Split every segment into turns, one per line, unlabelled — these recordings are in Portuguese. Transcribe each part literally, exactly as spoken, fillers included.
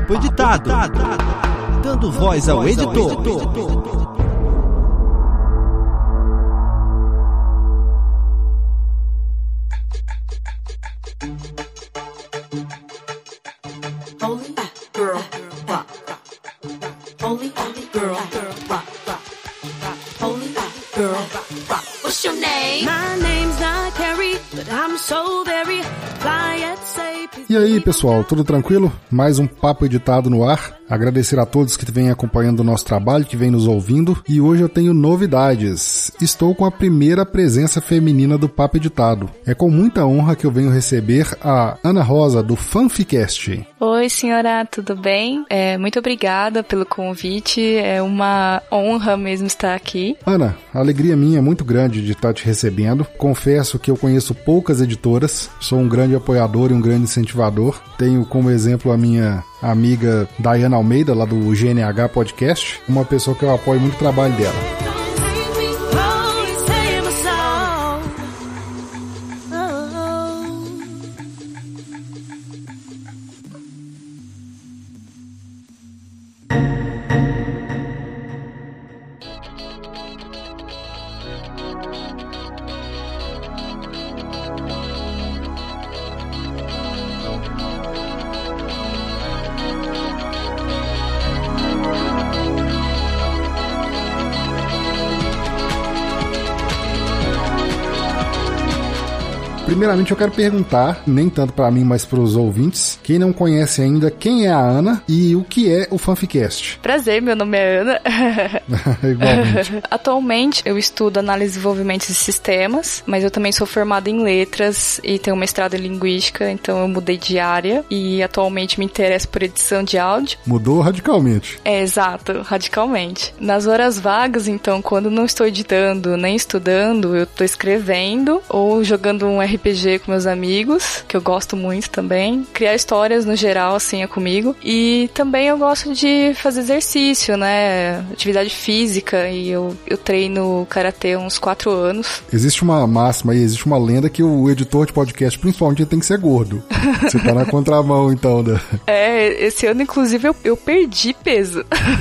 Papo Editado, dando voz ao editor.
Holy girl rock. Holy girl rock. Holy girl rock. What's your name? My name's not Carrie, but I'm so very fly at say.
E aí, pessoal, tudo tranquilo? Mais um Papo Editado no ar. Agradecer a todos que vêm acompanhando o nosso trabalho, que vêm nos ouvindo. E hoje eu tenho novidades. Estou com a primeira presença feminina do Papo Editado. É com muita honra que eu venho receber a Ana Rosa, do Fanficast.
Oi, senhora, tudo bem? É, muito obrigada pelo convite. É uma honra mesmo estar aqui.
Ana, a alegria minha é muito grande de estar te recebendo. Confesso que eu conheço poucas editoras. Sou um grande apoiador e um grande incentivador. Tenho como exemplo a minha amiga Dayana Almeida, lá do G N H Podcast, uma pessoa que eu apoio muito o trabalho dela. Primeiramente eu quero perguntar, nem tanto pra mim, mas pros ouvintes, quem não conhece ainda, quem é a Ana e o que é o Fanficast?
Prazer, meu nome é Ana.
Igualmente.
Atualmente eu estudo análise e desenvolvimento de sistemas, mas eu também sou formada em letras e tenho mestrado em linguística, então eu mudei de área e atualmente me interesso por edição de áudio.
Mudou radicalmente.
É, exato, radicalmente. Nas horas vagas, então, quando não estou editando nem estudando, eu tô escrevendo ou jogando um R P G com meus amigos, que eu gosto muito também. Criar histórias no geral, assim, é comigo. E também eu gosto de fazer exercício, né? Atividade física, e eu, eu treino karatê há uns quatro anos.
Existe uma máxima aí, existe uma lenda que o editor de podcast, principalmente, tem que ser gordo. Você tá na contramão, então, né?
É, esse ano, inclusive, eu, eu perdi peso.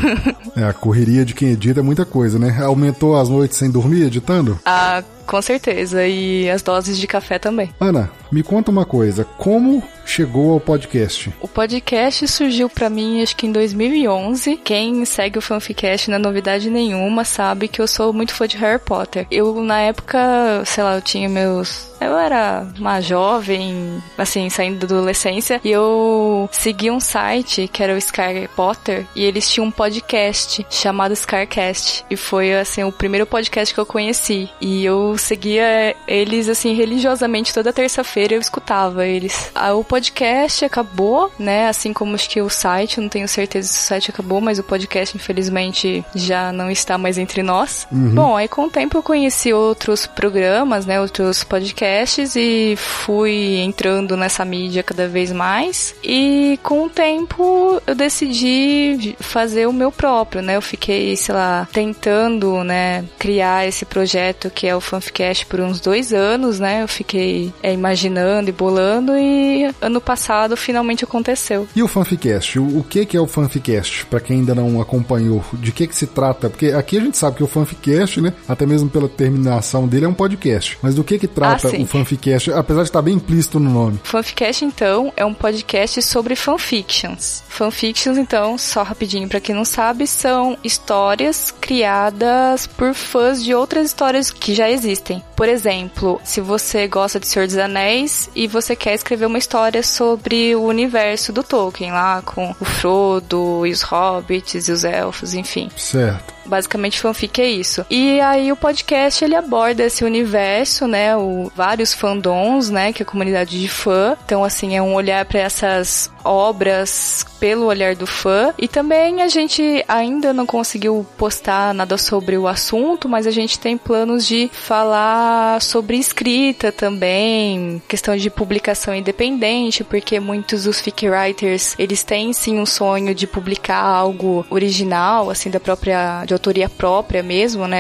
É, a correria de quem edita é muita coisa, né? Aumentou as noites sem dormir editando?
Ah, com certeza, e as doses de café também.
Ana, me conta uma coisa, como chegou ao podcast?
O podcast surgiu pra mim, acho que em dois mil e onze. Quem segue o Fanficast não é novidade nenhuma, sabe que eu sou muito fã de Harry Potter. Eu, na época, sei lá, eu tinha meus... Eu era uma jovem, assim, saindo da adolescência, e eu segui um site que era o Sky Potter, e eles tinham um podcast chamado Skycast, e foi, assim, o primeiro podcast que eu conheci, e eu seguia eles, assim, religiosamente, toda terça-feira eu escutava eles. Ah, o podcast acabou, né, assim como acho que o site, eu não tenho certeza se o site acabou, mas o podcast, infelizmente, já não está mais entre nós.
Uhum.
Bom, aí com o tempo eu conheci outros programas, né, outros podcasts, e fui entrando nessa mídia cada vez mais, e com o tempo eu decidi fazer o meu próprio, né, eu fiquei, sei lá, tentando, né, criar esse projeto que é o Fanficast por uns dois anos, né, eu fiquei é, imaginando e bolando, e ano passado finalmente aconteceu.
E o Fanficast, o, o que que é o Fanficast, pra quem ainda não acompanhou, de que que se trata? Porque aqui a gente sabe que o Fanficast, né, até mesmo pela terminação dele, é um podcast, mas do que que trata
ah,
o Fanficast, apesar de estar bem implícito no nome?
Fanficast, então, é um podcast sobre fanfictions. Fanfictions, então, só rapidinho pra quem não sabe, são histórias criadas por fãs de outras histórias que já existem. Por exemplo, se você gosta de Senhor dos Anéis e você quer escrever uma história sobre o universo do Tolkien, lá com o Frodo e os hobbits e os elfos, enfim.
Certo.
Basicamente, fanfic é isso. E aí o podcast, ele aborda esse universo, né, o, vários fandoms, né, que é a comunidade de fã. Então, assim, é um olhar para essas obras pelo olhar do fã. E também a gente ainda não conseguiu postar nada sobre o assunto, mas a gente tem planos de falar sobre escrita também, questão de publicação independente, porque muitos dos fic writers, eles têm sim um sonho de publicar algo original, assim, da própria, de autoria própria mesmo, né?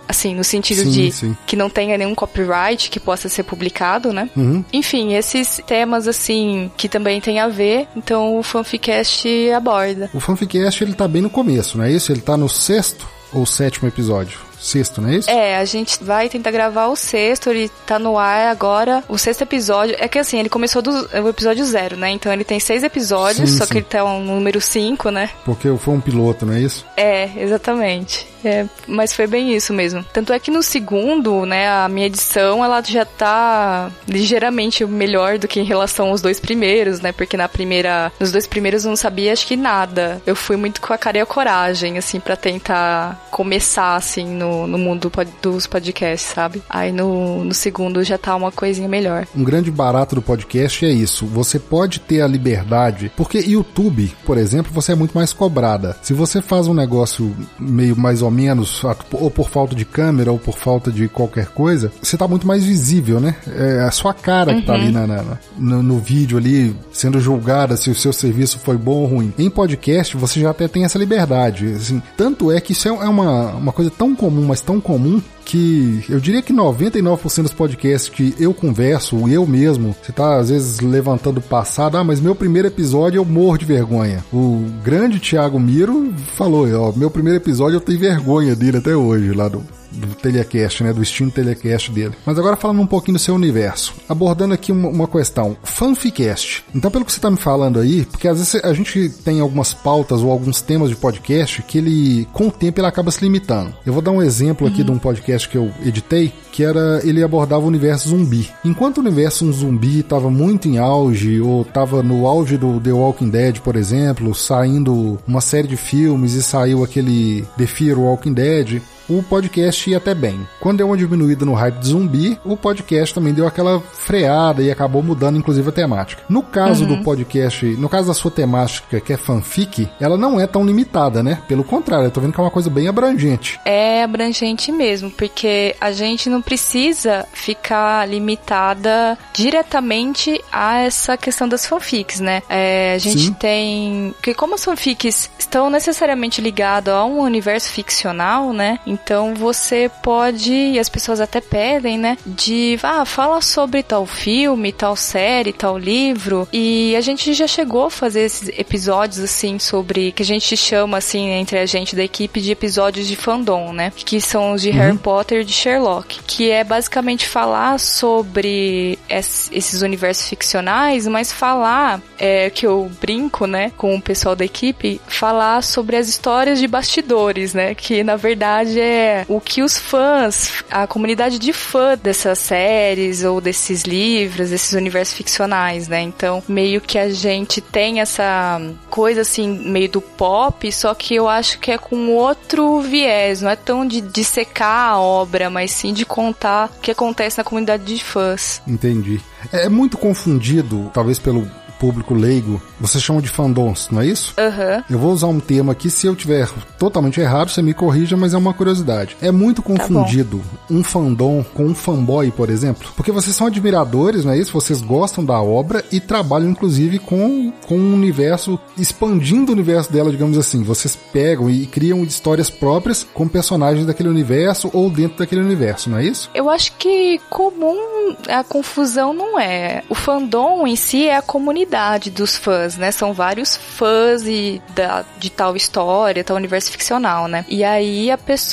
Assim, no sentido
sim,
de
sim.
que não tenha nenhum copyright que possa ser publicado, né?
Uhum.
Enfim, esses temas, assim, que também tem a ver, então o Fanficast aborda.
O Fanficast, ele tá bem no começo, não é isso? Ele tá no sexto ou sétimo episódio? Sexto, não é isso?
É, a gente vai tentar gravar o sexto, ele tá no ar agora, o sexto episódio, é que assim, ele começou do o episódio zero, né, então ele tem seis episódios,
sim,
só
sim.
que ele tá no número cinco, né?
Porque foi um piloto, não é isso?
É, exatamente. É, mas foi bem isso mesmo. Tanto é que no segundo, né, a minha edição, ela já tá ligeiramente melhor do que em relação aos dois primeiros, né, porque na primeira, nos dois primeiros eu não sabia, acho que nada. Eu fui muito com a cara e a coragem, assim, pra tentar começar, assim, no, no mundo pod, dos podcasts, sabe? Aí no, no segundo já tá uma coisinha melhor.
Um grande barato do podcast é isso. Você pode ter a liberdade, porque YouTube, por exemplo, você é muito mais cobrada. Se você faz um negócio meio mais ou menos, ou por falta de câmera, ou por falta de qualquer coisa, você tá muito mais visível, né? É a sua cara que tá
Uhum.
ali na, na, no, no vídeo ali, sendo julgada se o seu serviço foi bom ou ruim. Em podcast, você já até tem essa liberdade. Assim, tanto é que isso é uma, uma coisa tão comum, mas tão comum, que eu diria que noventa e nove por cento dos podcasts que eu converso, eu mesmo, você tá às vezes levantando o passado, ah, mas meu primeiro episódio eu morro de vergonha. O grande Thiago Miro falou, ó, meu primeiro episódio eu tenho vergonha dele até hoje, lá do, do telecast, né, do estilo telecast dele. Mas agora falando um pouquinho do seu universo, abordando aqui uma, uma questão, Fanficast. Então pelo que você tá me falando aí, porque às vezes a gente tem algumas pautas ou alguns temas de podcast que ele, com o tempo, ele acaba se limitando. Eu vou dar um exemplo aqui uhum. de um podcast que eu editei, que era, ele abordava o universo zumbi. Enquanto o universo zumbi estava muito em auge, ou estava no auge do The Walking Dead, por exemplo, saindo uma série de filmes e saiu aquele The Fear Walking Dead, o podcast ia até bem. Quando deu uma diminuída no hype de zumbi, o podcast também deu aquela freada e acabou mudando, inclusive, a temática. No caso uhum. do podcast, no caso da sua temática, que é fanfic, ela não é tão limitada, né? Pelo contrário, eu tô vendo que é uma coisa bem abrangente.
É abrangente mesmo, porque a gente não precisa ficar limitada diretamente a essa questão das fanfics, né? É, a gente Sim. tem... Porque como as fanfics estão necessariamente ligadas a um universo ficcional, né? Então você pode, e as pessoas até pedem, né, de, ah, fala sobre tal filme, tal série, tal livro, e a gente já chegou a fazer esses episódios, assim, sobre, que a gente chama, assim, entre a gente da equipe, de episódios de fandom, né, que são os de uhum. Harry Potter e de Sherlock, que é basicamente falar sobre esses universos ficcionais, mas falar, é, que eu brinco, né, com o pessoal da equipe, falar sobre as histórias de bastidores, né, que na verdade é o que os fãs, a comunidade de fã dessas séries ou desses livros, desses universos ficcionais, né? Então, meio que a gente tem essa coisa, assim, meio do pop, só que eu acho que é com outro viés, não é tão de dissecar a obra, mas sim de contar o que acontece na comunidade de fãs.
Entendi. É muito confundido, talvez pelo público leigo, vocês chamam de fandoms, não é isso?
Aham. Uhum.
Eu vou usar um termo aqui, se eu tiver totalmente errado, você me corrija, mas é uma curiosidade. É muito confundido tá um fandom com um fanboy, por exemplo? Porque vocês são admiradores, não é isso? Vocês gostam da obra e trabalham, inclusive, com, com um universo, expandindo o universo dela, digamos assim. Vocês pegam e criam histórias próprias com personagens daquele universo ou dentro daquele universo, não é isso?
Eu acho que comum a confusão não é. O fandom em si é a comunidade dos fãs, né? São vários fãs e da, de tal história, tal universo ficcional, né? E aí a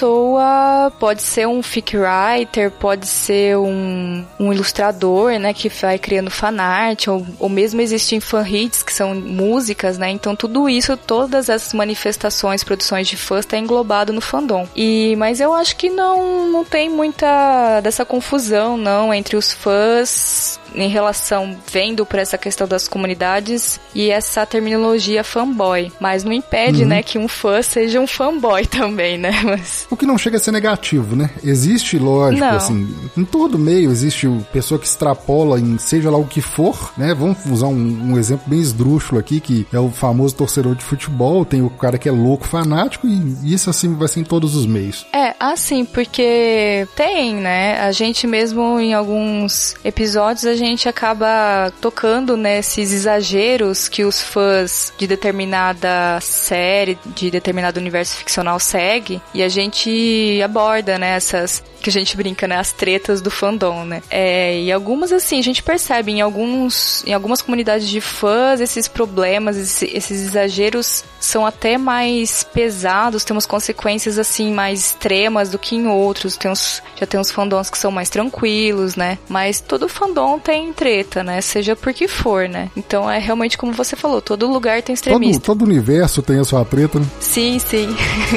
pessoa pode ser um fic writer, pode ser um, um ilustrador, né? Que vai criando fanart, ou, ou mesmo existem fan hits, que são músicas, né? Então tudo isso, todas essas manifestações, produções de fãs, tá englobado no fandom. E, mas eu acho que não, não tem muita dessa confusão, não, entre os fãs em relação, vendo por essa questão das comunidades e essa terminologia fanboy. Mas não impede, uhum. né, que um fã seja um fanboy também, né? Mas...
O que não chega a ser negativo, né? Existe, lógico, não. assim, em todo meio existe pessoa que extrapola em seja lá o que for, né? Vamos usar um, um exemplo bem esdrúxulo aqui, que é o famoso torcedor de futebol, tem o cara que é louco, fanático, e isso assim vai ser em todos os meios.
É, assim, porque tem, né? A gente mesmo, em alguns episódios, a gente gente acaba tocando nesses exageros que os fãs de determinada série, de determinado universo ficcional segue, e a gente aborda, né, essas, que a gente brinca, né, as tretas do fandom, né. É, e algumas, assim, a gente percebe em, alguns, em algumas comunidades de fãs esses problemas, esses, esses exageros são até mais pesados, tem umas consequências, assim, mais extremas do que em outros. Tem uns, já tem uns fandoms que são mais tranquilos, né? Mas todo fandom tem treta, né? Seja por que for, né? Então é realmente como você falou, todo lugar tem extremista.
Todo, todo universo tem a sua treta, né?
Sim, sim.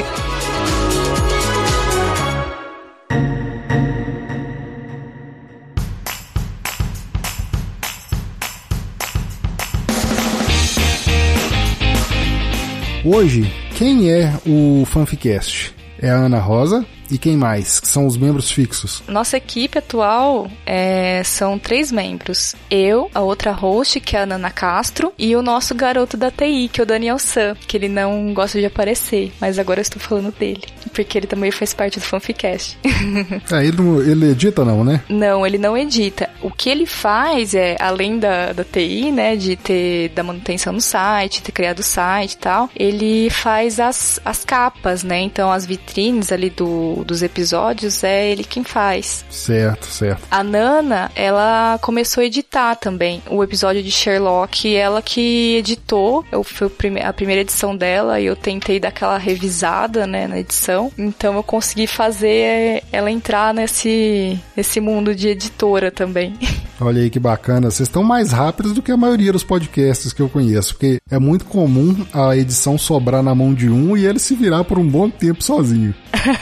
Hoje, quem é o Fanficast? É a Ana Rosa e quem mais? Que são os membros fixos?
Nossa equipe atual é, são três membros. Eu, a outra host, que é a Nana Castro, e o nosso garoto da T I, que é o Daniel San, que ele não gosta de aparecer, mas agora eu estou falando dele, porque ele também faz parte do Fanficast.
É, ele, não, ele edita não, né?
Não, ele não edita. O que ele faz é, além da, da T I, né, de ter da manutenção no site, ter criado o site e tal, ele faz as, as capas, né, então as vitrines ali do dos episódios, é ele quem faz.
Certo, certo.
A Nana, ela começou a editar também o episódio de Sherlock, ela que editou, eu, foi a primeira edição dela e eu tentei dar aquela revisada, né, na edição, então eu consegui fazer ela entrar nesse, nesse mundo de editora também.
Olha aí que bacana, vocês estão mais rápidos do que a maioria dos podcasts que eu conheço, porque é muito comum a edição sobrar na mão de um e ele se virar por um bom tempo sozinho.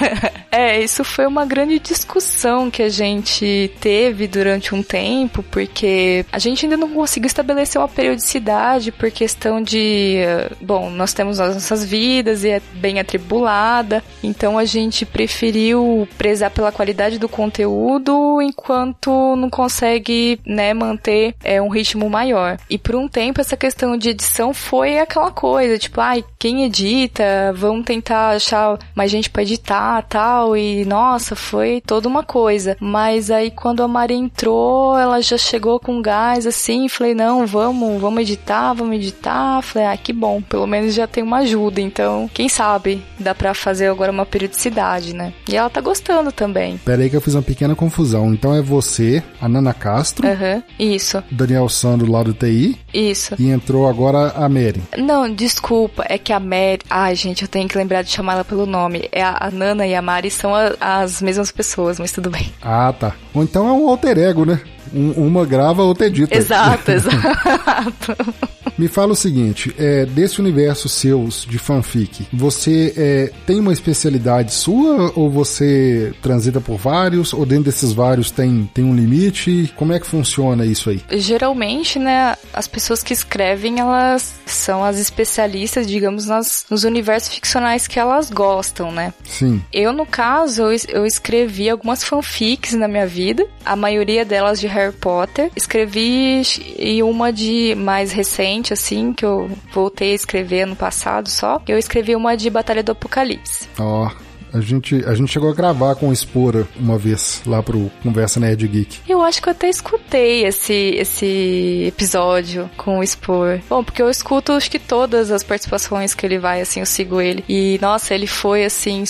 É, isso foi uma grande discussão que a gente teve durante um tempo, porque a gente ainda não conseguiu estabelecer uma periodicidade por questão de, bom, nós temos as nossas vidas e é bem atribulada, então a gente preferiu prezar pela qualidade do conteúdo enquanto não consegue, né, manter é, um ritmo maior. E por um tempo essa questão de edição foi aquela coisa, tipo, ai, quem edita, vamos tentar achar mais gente pra editar, tal, e nossa, foi toda uma coisa. Mas aí quando a Mari entrou, ela já chegou com gás assim, falei, não, vamos, vamos editar, vamos editar. Falei, ah, que bom, pelo menos já tem uma ajuda, então, quem sabe, dá pra fazer agora uma periodicidade, né? E ela tá gostando também.
Pera aí que eu fiz uma pequena confusão. Então é você, a Nana Castro,
uhum, isso.
Daniel Sandro lá do T I,
isso.
E entrou agora a Mary.
Não, desculpa, é que a Mary, ai gente, eu tenho que lembrar de chamar ela pelo nome. É a, a Nana e a Mari são a, as mesmas pessoas, mas tudo bem.
Ah, tá. Ou então é um alter ego, né? Um, uma grava, outra edita.
Exato, exato.
Me fala o seguinte, é, desse universo seus de fanfic, você é, tem uma especialidade sua ou você transita por vários? Ou dentro desses vários tem, tem um limite? Como é que funciona isso aí?
Geralmente, né, as pessoas que escrevem, elas são as especialistas, digamos, nas, nos universos ficcionais que elas gostam, né?
Sim.
Eu, no caso, eu, eu escrevi algumas fanfics na minha vida, a maioria delas de Harry Potter. Escrevi e uma de mais recente, assim, que eu voltei a escrever ano passado só. Eu escrevi uma de Batalha do Apocalipse.
Ó... Oh. A gente, a gente chegou a gravar com o Espora uma vez lá pro Conversa Nerd Geek.
Eu acho que eu até escutei esse, esse episódio com o Spor. Bom, porque eu escuto acho que todas as participações que ele vai, assim, eu sigo ele. E, nossa, ele foi, assim,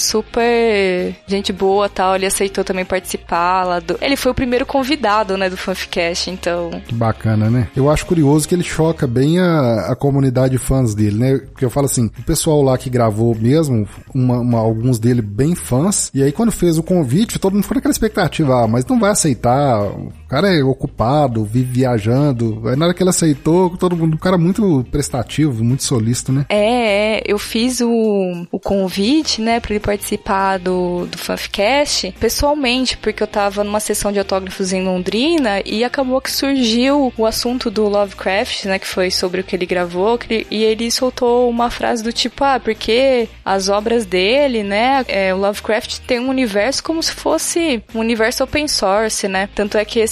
super gente boa, tal. Ele aceitou também participar lá do... Ele foi o primeiro convidado, né, do Fanficast, então...
Que bacana, né? Eu acho curioso que ele choca bem a, a comunidade de fãs dele, né? Porque eu falo assim, o pessoal lá que gravou mesmo, uma, uma, alguns dele bem fãs, e aí quando fez o convite, todo mundo ficou naquela expectativa, ah, mas não vai aceitar, o cara é ocupado, vive viajando. Aí na hora que ele aceitou, todo mundo, um cara muito prestativo, muito solícito, né?
É, é, eu fiz o, o convite, né, pra ele participar do, do Fanficast pessoalmente, porque eu tava numa sessão de autógrafos em Londrina e acabou que surgiu o assunto do Lovecraft, né, que foi sobre o que ele gravou, que ele, e ele soltou uma frase do tipo, ah, porque as obras dele, né, é, o Lovecraft tem um universo como se fosse um universo open source, né? Tanto é que esse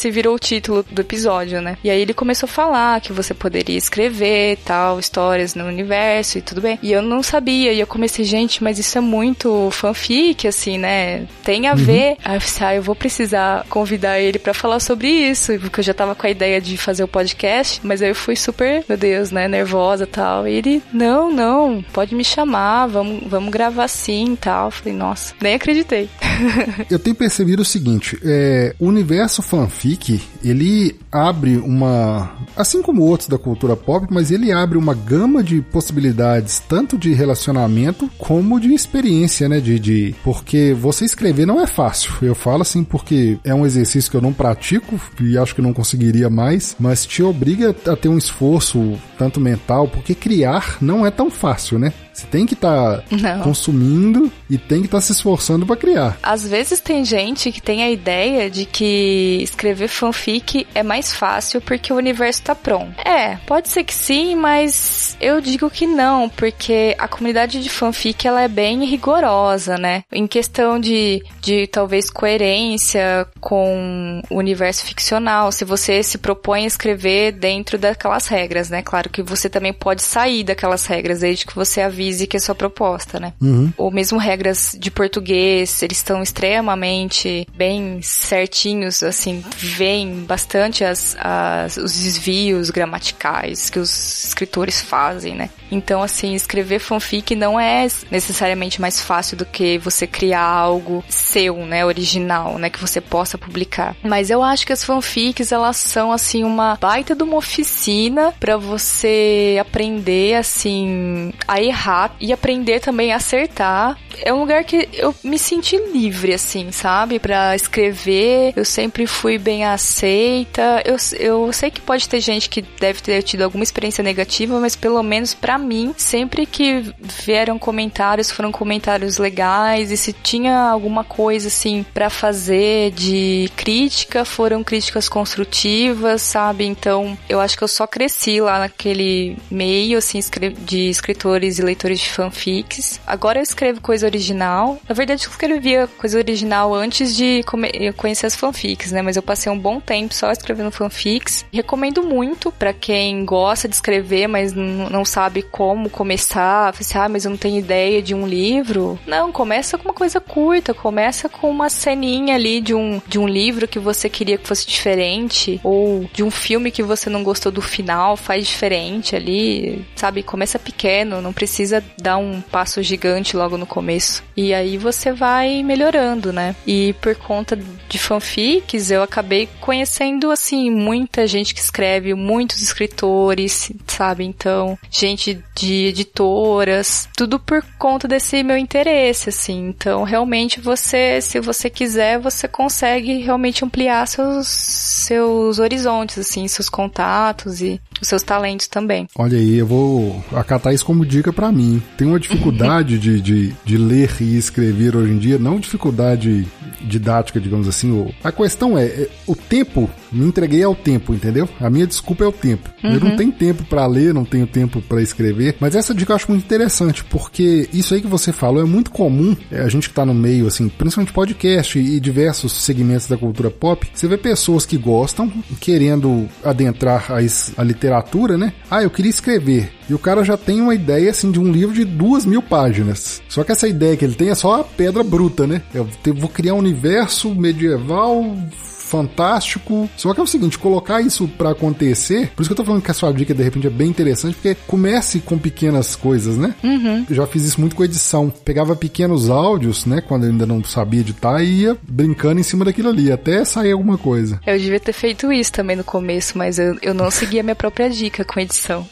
esse virou o título do episódio, né? E aí ele começou a falar que você poderia escrever tal, histórias no universo e tudo bem. E eu não sabia, e eu comecei, gente, mas isso é muito fanfic, assim, né? Tem a uhum. ver. Aí eu pensei, ah, eu vou precisar convidar ele pra falar sobre isso, porque eu já tava com a ideia de fazer o podcast, mas aí eu fui super, meu Deus, né, nervosa e tal. E ele, não, não, pode me chamar, vamos, vamos gravar sim e tal. Eu falei, nossa, nem acreditei.
Eu tenho percebido o seguinte, é, o universo fanfic, ele abre uma, assim como outros da cultura pop, mas ele abre uma gama de possibilidades, tanto de relacionamento como de experiência, né, de, de porque você escrever não é fácil. Eu falo assim porque é um exercício que eu não pratico e acho que não conseguiria mais, mas te obriga a ter um esforço tanto mental, porque criar não é tão fácil, né? Você tem que estar tá consumindo e tem que estar tá se esforçando para criar.
Às vezes tem gente que tem a ideia de que escrever fanfic é mais fácil porque o universo tá pronto. É, pode ser que sim, mas eu digo que não, porque a comunidade de fanfic ela é bem rigorosa, né? Em questão de, de talvez coerência com o universo ficcional, se você se propõe a escrever dentro daquelas regras, né? Claro que você também pode sair daquelas regras desde que você avise que é sua proposta, né? Uhum. Ou mesmo regras de português, eles estão extremamente bem certinhos, assim, veem bastante as, as, os desvios gramaticais que os escritores fazem, né? Então, assim, escrever fanfic não é necessariamente mais fácil do que você criar algo seu, né? Original, né? Que você possa publicar. Mas eu acho que as fanfics, elas são, assim, uma baita de uma oficina pra você aprender, assim, a errar e aprender também a acertar. É um lugar que eu me senti livre, assim, sabe? Pra escrever, eu sempre fui bem aceita. Eu, eu sei que pode ter gente que deve ter tido alguma experiência negativa, mas pelo menos pra mim, sempre que vieram comentários, foram comentários legais, e se tinha alguma coisa, assim, pra fazer de crítica, foram críticas construtivas, sabe? Então, eu acho que eu só cresci lá naquele meio, assim, de escritores e leitores de fanfics. Agora eu escrevo coisa original. Na verdade, eu escrevia coisa original antes de come- conhecer as fanfics, né? Mas eu passei um bom tempo só escrevendo fanfics. Recomendo muito pra quem gosta de escrever, mas n- não sabe como começar. Assim, ah, mas eu não tenho ideia de um livro. Não, começa com uma coisa curta. Começa com uma ceninha ali de um, de um livro que você queria que fosse diferente, ou de um filme que você não gostou do final, faz diferente ali, sabe? Começa pequeno, não precisa dar um passo gigante logo no começo. E aí você vai melhorando, né? E por conta de fanfics, eu acabei conhecendo, assim, muita gente que escreve, muitos escritores, sabe? Então, gente de editoras, tudo por conta desse meu interesse, assim. Então, realmente, você, se você quiser, você consegue realmente ampliar seus, seus horizontes, assim, seus contatos e os seus talentos também.
Olha aí, eu vou acatar isso como dica pra mim. Tem uma dificuldade de, de, de ler e escrever hoje em dia, não dificuldade didática, digamos assim. A questão é, é o tempo, me entreguei ao tempo, entendeu? A minha desculpa é o tempo. Uhum. Eu não tenho tempo pra ler, não tenho tempo pra escrever, mas essa dica eu acho muito interessante, porque isso aí que você falou é muito comum, é, a gente que tá no meio, assim, principalmente podcast e diversos segmentos da cultura pop, você vê pessoas que gostam, querendo adentrar a, a literatura, né? Ah, eu queria escrever. E o cara já tem uma ideia, assim, de um livro de duas mil páginas. Só que essa ideia que ele tem é só a pedra bruta, né? Eu vou criar um universo medieval fantástico. Só que é o seguinte, colocar isso pra acontecer, por isso que eu tô falando que a sua dica de repente é bem interessante, porque comece com pequenas coisas, né?
Uhum.
Eu já fiz isso muito com edição. Pegava pequenos áudios, né, quando eu ainda não sabia editar, e ia brincando em cima daquilo ali, até sair alguma coisa.
Eu devia ter feito isso também no começo, mas eu, eu não segui a minha própria dica com edição.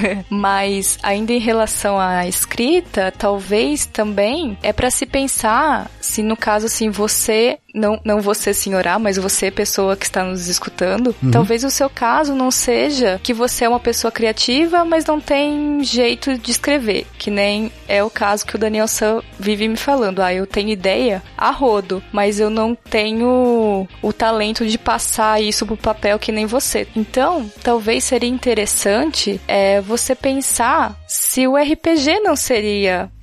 Mas ainda em relação à escrita, talvez também é pra se pensar se no caso assim, você, não, não você senhorá, mas você pessoa que está nos escutando, uhum. talvez o seu caso não seja que você é uma pessoa criativa, mas não tem jeito de escrever, que nem é o caso que o Daniel San vive me falando. Ah, eu tenho ideia a rodo, mas eu não tenho o talento de passar isso pro papel que nem você. Então, talvez seria interessante é, você pensar se o R P G não seria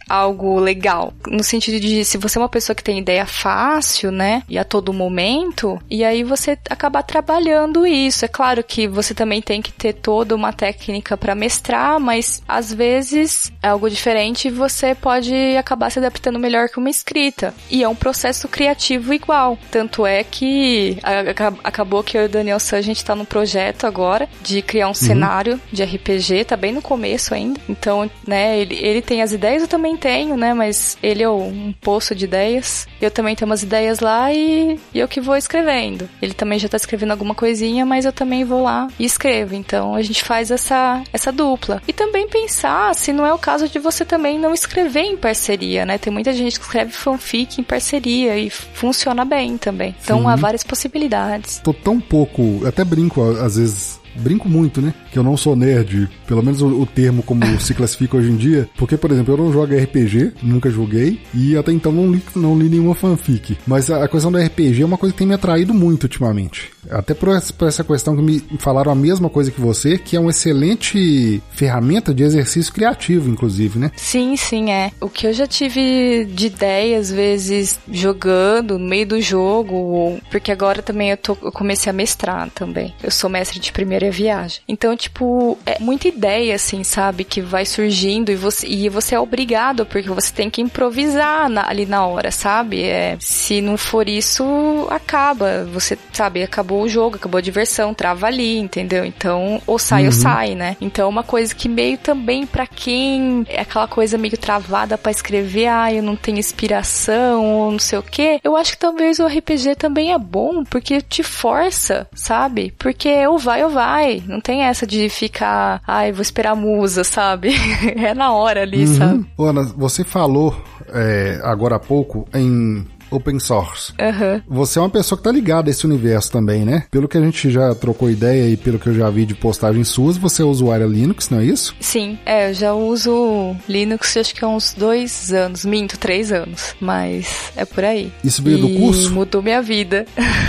algo legal. No sentido de, se você é uma pessoa que tem ideia fácil, né? E a todo momento, e aí você acabar trabalhando isso. É claro que você também tem que ter toda uma técnica para mestrar, mas às vezes é algo diferente e você pode acabar se adaptando melhor que uma escrita. E é um processo criativo igual. Tanto é que a, acabou que eu e o Daniel San, a gente tá num projeto agora de criar um uhum. cenário de R P G, tá bem no começo ainda. Então, né, ele, ele tem as ideias, eu também tenho, né, mas ele é um poço de ideias. Eu também tenho umas ideias lá e, e eu que vou escrevendo. Ele também já tá escrevendo alguma coisinha, mas eu também vou lá e escrevo. Então, a gente faz essa, essa dupla. E também pensar se não é o caso de você também não escrever em parceria, né? Tem muita gente que escreve fanfic em parceria e funciona bem também. Então, Sim. há várias possibilidades.
Tô tão pouco, até brinco às vezes... Brinco muito, né? Que eu não sou nerd, pelo menos o, o termo como se classifica hoje em dia, porque, por exemplo, eu não jogo R P G, nunca joguei, e até então não li, não li nenhuma fanfic. Mas a, a questão do R P G é uma coisa que tem me atraído muito ultimamente. Até por essa, por essa questão que me falaram a mesma coisa que você, que é uma excelente ferramenta de exercício criativo, inclusive, né?
Sim, sim, é. O que eu já tive de ideia, às vezes, jogando no meio do jogo, porque agora também eu, tô, eu comecei a mestrar também. Eu sou mestre de primeira viagem. Então, tipo, é muita ideia, assim, sabe? Que vai surgindo e você, e você é obrigado, porque você tem que improvisar na, ali na hora, sabe? É, se não for isso, acaba. Você, sabe, acabou o jogo, acabou a diversão, trava ali, entendeu? Então, ou sai uhum. ou sai, né? Então, uma coisa que meio também pra quem é aquela coisa meio travada pra escrever, ah, eu não tenho inspiração, ou não sei o quê, eu acho que talvez o R P G também é bom, porque te força, sabe? Porque ou vai ou vai. Não tem essa de ficar, ai, vou esperar a musa, sabe? É na hora ali, uhum. sabe?
Ana, você falou é, agora há pouco em open source.
Uhum.
Você é uma pessoa que tá ligada a esse universo também, né? Pelo que a gente já trocou ideia e pelo que eu já vi de postagens suas, você é usuária Linux, não é isso?
Sim, é, eu já uso Linux acho que há uns dois anos, minto, três anos, mas é por aí.
Isso veio
e
do curso?
Mudou minha vida.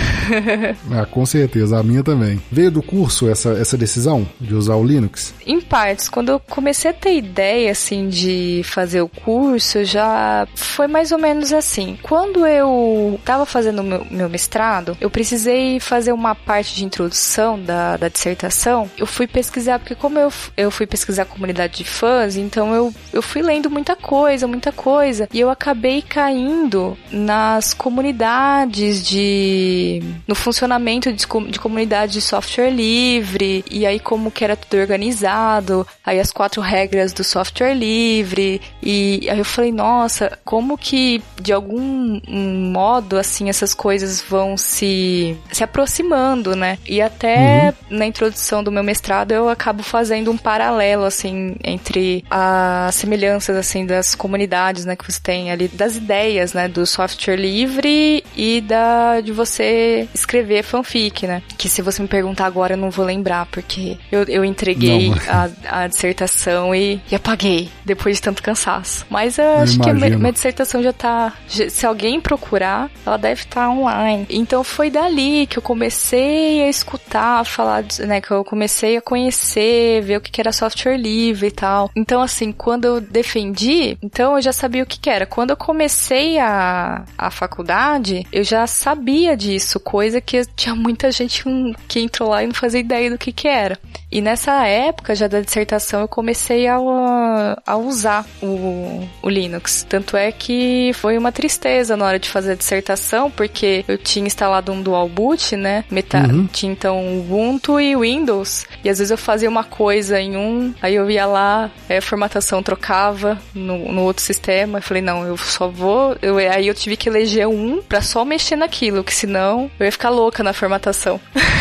Ah, com certeza, a minha também. Veio do curso essa, essa decisão de usar o Linux?
Em partes, quando eu comecei a ter ideia, assim, de fazer o curso, já foi mais ou menos assim. Quando eu tava fazendo o meu, meu mestrado, eu precisei fazer uma parte de introdução da, da dissertação. Eu fui pesquisar, porque como eu, eu fui pesquisar a comunidade de fãs, então eu, eu fui lendo muita coisa, muita coisa, e eu acabei caindo nas comunidades de... no funcionamento de, de comunidade de software livre, e aí como que era tudo organizado, aí as quatro regras do software livre, e aí eu falei, nossa, como que de algum modo, assim, essas coisas vão se, se aproximando, né? E até uhum. na introdução do meu mestrado eu acabo fazendo um paralelo, assim, entre as semelhanças, assim, das comunidades, né, que você tem ali, das ideias, né, do software livre e da, de você escrever fanfic, né? Que se você me perguntar agora eu não vou lembrar, porque eu, eu entreguei a, a dissertação e, e apaguei, depois de tanto cansaço. Mas eu acho eu que a minha, minha dissertação já tá... Se alguém procurar, ela deve estar online. Então foi dali que eu comecei a escutar, falar, né, que eu comecei a conhecer, ver o que era software livre e tal. Então, assim, quando eu defendi, então eu já sabia o que era. Quando eu comecei a, a faculdade, eu já sabia disso, coisa que tinha muita gente que entrou lá e não fazia ideia do que que era. E nessa época, já da dissertação, eu comecei a, a usar o, o Linux. Tanto é que foi uma tristeza na hora de fazer a dissertação, porque eu tinha instalado um dual boot, né? Meta- uhum. Tinha então Ubuntu e Windows. E às vezes eu fazia uma coisa em um, aí eu ia lá, aí a formatação trocava no, no outro sistema. Eu falei, não, eu só vou... Eu, aí eu tive que eleger um pra só mexer naquilo, que senão eu ia ficar louca na formatação.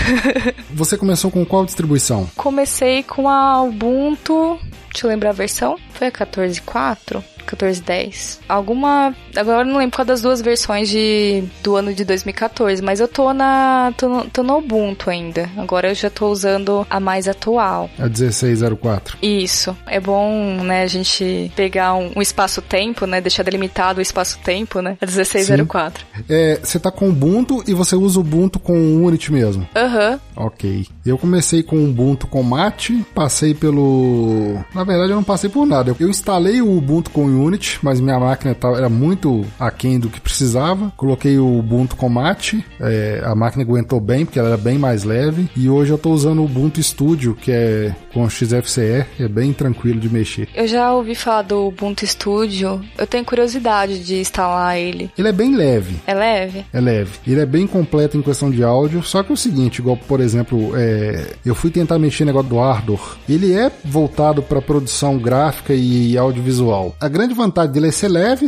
Você começou com qual distribuição?
Comecei com a Ubuntu, deixa eu lembrar a versão, foi a quatorze ponto quatro? quatorze ponto dez. Alguma... Agora eu não lembro qual das duas versões de, do ano de dois mil e quatorze, mas eu tô na... Tô no, tô no Ubuntu ainda. Agora eu já tô usando a mais atual.
A dezesseis zero quatro.
Isso. É bom, né, a gente pegar um, um espaço-tempo, né, deixar delimitado o espaço-tempo, né, a dezesseis zero quatro.
É, você tá com Ubuntu e você usa o Ubuntu com o Unity mesmo?
Aham.
Uhum. Ok. Eu comecei com o Ubuntu com Mate, passei pelo... Na verdade eu não passei por nada. Eu instalei o Ubuntu com o Unity, mas minha máquina era muito aquém do que precisava. Coloquei o Ubuntu com Mate, é, a máquina aguentou bem, porque ela era bem mais leve. E hoje eu tô usando o Ubuntu Studio, que é com X F C E, é bem tranquilo de mexer.
Eu já ouvi falar do Ubuntu Studio, eu tenho curiosidade de instalar ele.
Ele é bem leve.
É leve?
É leve. Ele é bem completo em questão de áudio, só que é o seguinte, igual, por exemplo, é, eu fui tentar mexer no negócio do Ardor. Ele é voltado para produção gráfica e audiovisual. A grande vantagem dele é ser leve,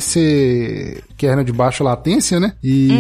ser kernel de baixa latência, né?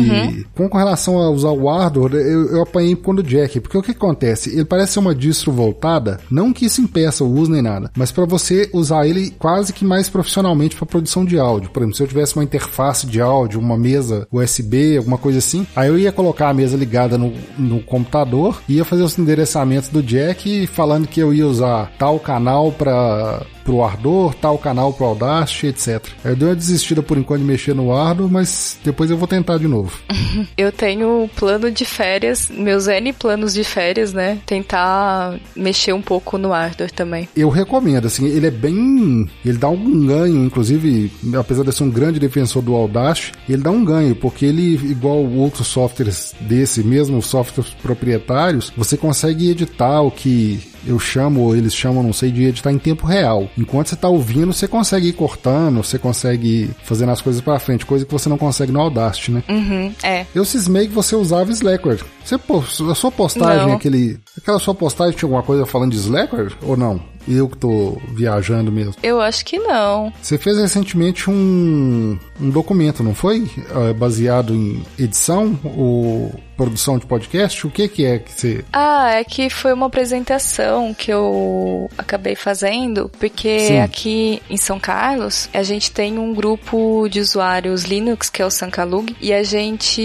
E uhum. com relação a usar o Ardor, eu, eu apanhei quando o Jack, porque o que acontece? Ele parece ser uma distro voltada, não que isso impeça o uso nem nada, mas para você usar ele quase que mais profissionalmente para produção de áudio. Por exemplo, se eu tivesse uma interface de áudio, uma mesa U S B, alguma coisa assim, aí eu ia colocar a mesa ligada no, no computador, ia fazer os endereçamentos do Jack falando que eu ia usar tal canal para pro Ardor, tal canal pro Audacity, etcétera. Eu dei uma desistida por enquanto de mexer no Ardor, mas depois eu vou tentar de novo.
Eu tenho plano de férias, meus N planos de férias, né? Tentar mexer um pouco no Ardor também.
Eu recomendo, assim, ele é bem... Ele dá um ganho, inclusive, apesar de ser um grande defensor do Audacity, ele dá um ganho, porque ele, igual outros softwares desse, mesmo softwares proprietários, você consegue editar o que... eu chamo, ou eles chamam, não sei, de editar em tempo real. Enquanto você tá ouvindo, você consegue ir cortando, você consegue ir fazendo as coisas pra frente, coisa que você não consegue no Audacity, né?
Uhum, é.
Eu cismei que você usava Slackware. Você, a sua postagem, não. aquele, aquela sua postagem tinha alguma coisa falando de Slackware ou não? Eu que tô viajando mesmo.
Eu acho que não.
Você fez recentemente um, um documento, não foi? É, baseado em edição ou produção de podcast? O que que é que você...
Ah, é que foi uma apresentação que eu acabei fazendo, porque Sim. aqui em São Carlos, a gente tem um grupo de usuários Linux, que é o Sancalug, e a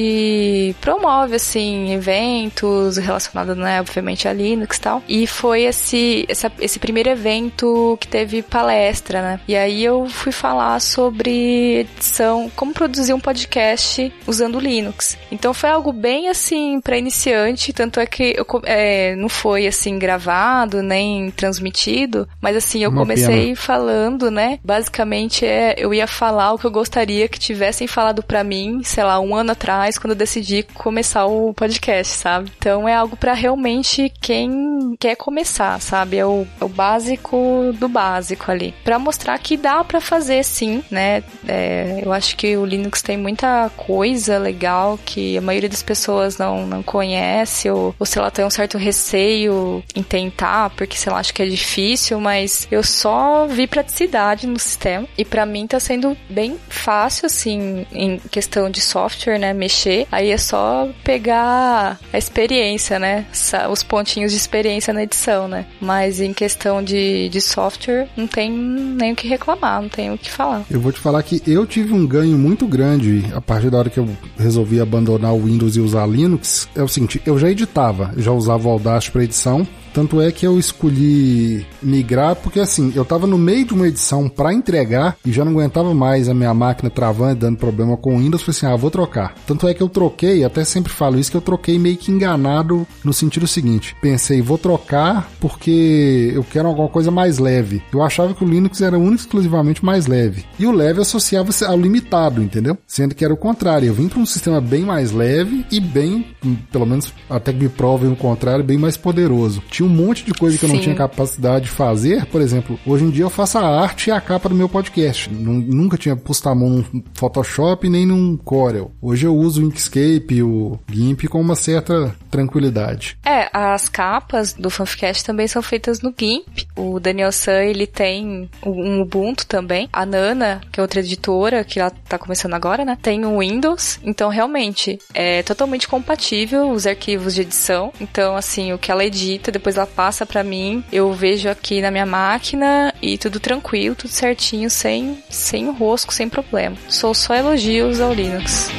gente promove, assim, eventos relacionados, né, obviamente a Linux e tal. E foi esse, essa, esse primeiro evento que teve palestra, né? E aí eu fui falar sobre edição, como produzir um podcast usando Linux. Então foi algo bem assim para iniciante, tanto é que eu, é, não foi assim gravado nem transmitido, mas assim eu Uma comecei pena. falando, né? Basicamente é, eu ia falar o que eu gostaria que tivessem falado para mim, sei lá, um ano atrás, quando eu decidi começar o podcast, sabe? Então é algo para realmente quem quer começar, sabe? É o, é o básico do básico ali, para mostrar que dá para fazer sim, né? É, eu acho que o Linux tem muita coisa legal que a maioria das pessoas não, não conhece, ou, ou sei lá, tem um certo receio em tentar, porque sei lá, acho que é difícil, mas eu só vi praticidade no sistema, e para mim tá sendo bem fácil, assim, em questão de software, né? Mexer, aí é só pegar a experiência, né? Os pontinhos de experiência na edição, né? Mas em questão De, de software, não tem nem o que reclamar, não tem o que falar.
Eu vou te falar que eu tive um ganho muito grande a partir da hora que eu resolvi abandonar o Windows e usar Linux. É o seguinte, eu já editava, eu já usava o Audacity para edição. Tanto é que eu escolhi migrar porque, assim, eu tava no meio de uma edição pra entregar e já não aguentava mais a minha máquina travando e dando problema com o Windows. Falei assim, ah, vou trocar. Tanto é que eu troquei, até sempre falo isso, que eu troquei meio que enganado no sentido seguinte. Pensei, vou trocar porque eu quero alguma coisa mais leve. Eu achava que o Linux era único e exclusivamente mais leve. E o leve associava-se ao limitado, entendeu? Sendo que era o contrário. Eu vim pra um sistema bem mais leve e bem, pelo menos até que me provem o contrário, bem mais poderoso. Tinha um monte de coisa que eu não Sim. tinha capacidade de fazer. Por exemplo, hoje em dia eu faço a arte e a capa do meu podcast. Nunca tinha posto a mão num Photoshop nem num Corel. Hoje eu uso o Inkscape, o GIMP com uma certa tranquilidade.
É, as capas do Fanficast também são feitas no GIMP. O Daniel San, ele tem um Ubuntu também. A Nana, que é outra editora, que ela tá começando agora, né? Tem um Windows. Então, realmente, é totalmente compatível os arquivos de edição. Então, assim, o que ela edita, depois ela passa pra mim, eu vejo aqui na minha máquina e tudo tranquilo, tudo certinho, sem, sem enrosco, sem problema. Sou só elogios ao Linux.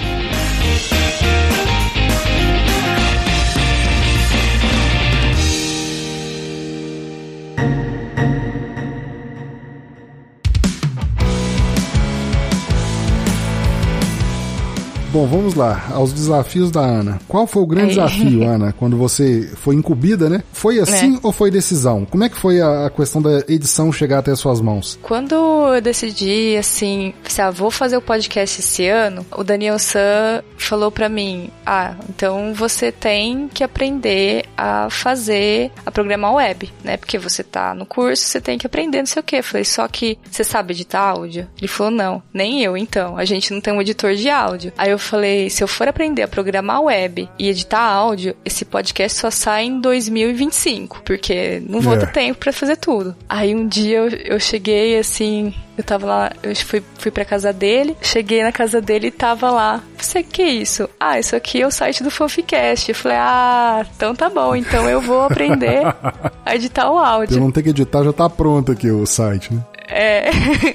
Bom, vamos lá, aos desafios da Ana. Qual foi o grande
é.
desafio, Ana, quando você foi incumbida, né? Foi assim é. ou foi decisão? Como é que foi a, a questão da edição chegar até as suas mãos?
Quando eu decidi, assim, se ah, vou fazer o podcast esse ano, o Daniel San falou pra mim, ah, então você tem que aprender a fazer, a programar web, né? Porque você tá no curso, você tem que aprender não sei o quê. Eu falei, só que você sabe editar áudio? Ele falou, não, nem eu, então. A gente não tem um editor de áudio. Aí eu falei, se eu for aprender a programar web e editar áudio, esse podcast só sai em dois mil e vinte e cinco, porque não vou é. ter tempo pra fazer tudo. Aí um dia eu, eu cheguei, assim, eu tava lá, eu fui, fui pra casa dele, cheguei na casa dele e tava lá. Você, que é isso? Ah, isso aqui é o site do Fanficast. Eu falei, ah, então tá bom, então eu vou aprender a editar o áudio.
Eu não tenho que editar, já tá pronto aqui o site, né?
É.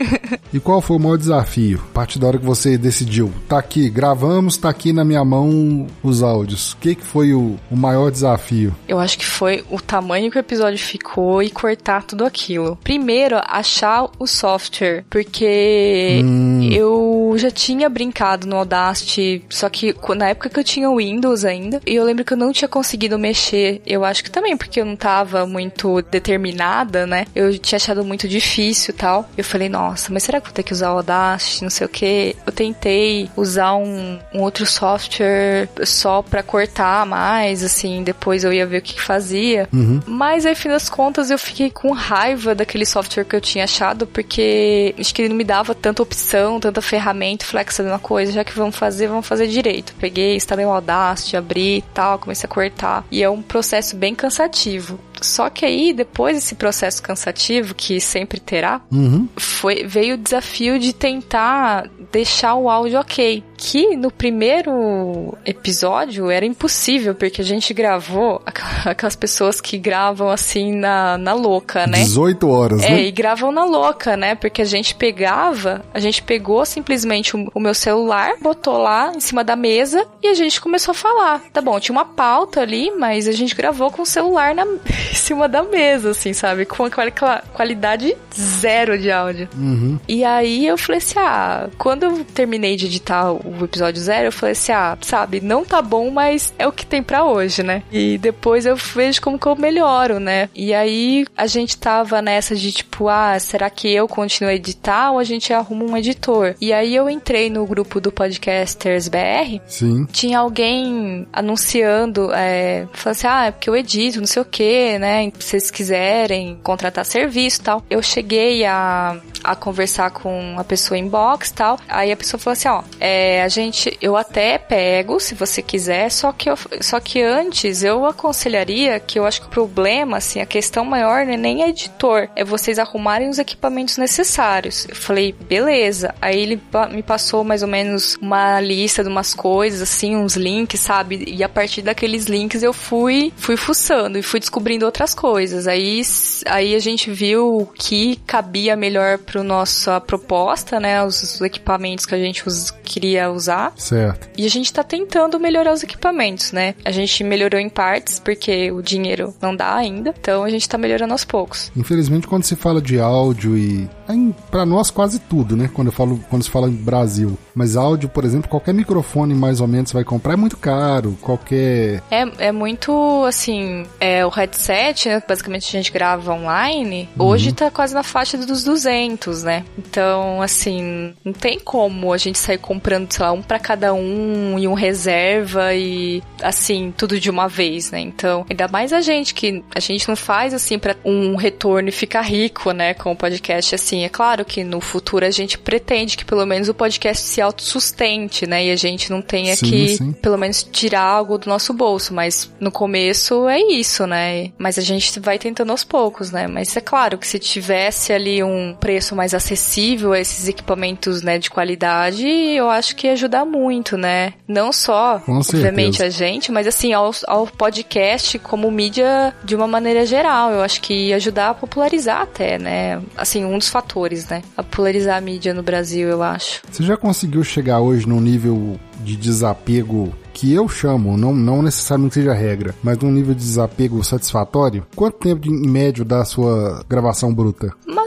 E qual foi o maior desafio? A partir da hora que você decidiu, tá aqui, gravamos, tá aqui na minha mão os áudios. O que que foi o, o maior desafio?
Eu acho que foi o tamanho que o episódio ficou e cortar tudo aquilo. Primeiro, achar o software, porque hum. eu já tinha brincado no Audacity, só que na época que eu tinha o Windows ainda, e eu lembro que eu não tinha conseguido mexer. Eu acho que também porque eu não tava muito determinada, né? Eu tinha achado muito difícil, tá? Eu falei, nossa, mas será que eu vou ter que usar o Audacity, não sei o que? Eu tentei usar um, um outro software só pra cortar mais, assim, depois eu ia ver o que, que fazia. Uhum. Mas aí, fim das contas, eu fiquei com raiva daquele software que eu tinha achado, porque acho que ele não me dava tanta opção, tanta ferramenta. Falei, que sabe uma coisa, já que vamos fazer, vamos fazer direito. Peguei, instalei o Audacity, abri e tal, comecei a cortar. E é um processo bem cansativo. Só que aí, depois desse processo cansativo, que sempre terá, uhum. foi, veio o desafio de tentar deixar o áudio ok. Que no primeiro episódio era impossível, porque a gente gravou aquelas pessoas que gravam assim na, na louca, né?
dezoito horas,
é,
né?
É, e gravam na louca, né? Porque a gente pegava, a gente pegou simplesmente o, o meu celular, botou lá em cima da mesa e a gente começou a falar. Tá bom, tinha uma pauta ali, mas a gente gravou com o celular na, em cima da mesa, assim, sabe? Com aquela qualidade zero de áudio. Uhum. E aí eu falei assim, ah, quando eu terminei de editar o episódio zero, eu falei assim, ah, sabe, não tá bom, mas é o que tem pra hoje, né? E depois eu vejo como que eu melhoro, né? E aí a gente tava nessa de tipo, ah, será que eu continuo a editar ou a gente arruma um editor? E aí eu entrei no grupo do Podcasters B R.
Sim.
Tinha alguém anunciando, é, falando assim, ah, é porque eu edito, não sei o que, né? Se vocês quiserem contratar serviço e tal. Eu cheguei a, a conversar com a pessoa inbox e tal. Aí a pessoa falou assim, ó, é, a gente, eu até pego, se você quiser, só que, eu, só que antes eu aconselharia que eu acho que o problema, assim, a questão maior não é nem editor, é vocês arrumarem os equipamentos necessários. Eu falei, beleza. Aí ele me passou mais ou menos uma lista de umas coisas, assim, uns links, sabe? E a partir daqueles links eu fui, fui fuçando e fui descobrindo outras coisas. Aí, aí a gente viu o que cabia melhor para nossa proposta, né? Os, os equipamentos que a gente us, queria usar.
Certo.
E a gente tá tentando melhorar os equipamentos, né? A gente melhorou em partes, porque o dinheiro não dá ainda. Então a gente tá melhorando aos poucos.
Infelizmente, quando se fala de áudio e... Pra nós, quase tudo, né? Quando eu falo, quando se fala em Brasil. Mas áudio, por exemplo, qualquer microfone mais ou menos você vai comprar é muito caro. Qualquer...
É, é muito, assim... É, o headset, né? Basicamente a gente grava online. Uhum. Hoje tá quase na faixa dos duzentos, né? Então, assim... Não tem como a gente sair comprando, sei lá, um pra cada um e um reserva e, assim, tudo de uma vez, né? Então, ainda mais a gente, que a gente não faz, assim, pra um retorno e ficar rico, né? Com o podcast, assim. É claro que no futuro a gente pretende que pelo menos o podcast se autossustente, né? E a gente não tenha sim, que, sim. pelo menos, tirar algo do nosso bolso. Mas no começo é isso, né? Mas a gente vai tentando aos poucos, né? Mas é claro que se tivesse ali um preço mais acessível a esses equipamentos, né, de qualidade, eu acho que ia ajudar muito, né? Não só,
com
obviamente,
certeza.
a gente, mas assim, ao, ao podcast como mídia de uma maneira geral. Eu acho que ia ajudar a popularizar até, né? Assim, um dos fatores, né? A popularizar a mídia no Brasil, eu acho.
Você já conseguiu chegar hoje num nível de desapego que eu chamo, não, não necessariamente seja regra, mas num nível de desapego satisfatório? Quanto tempo de, em médio dá a sua gravação bruta?
Mais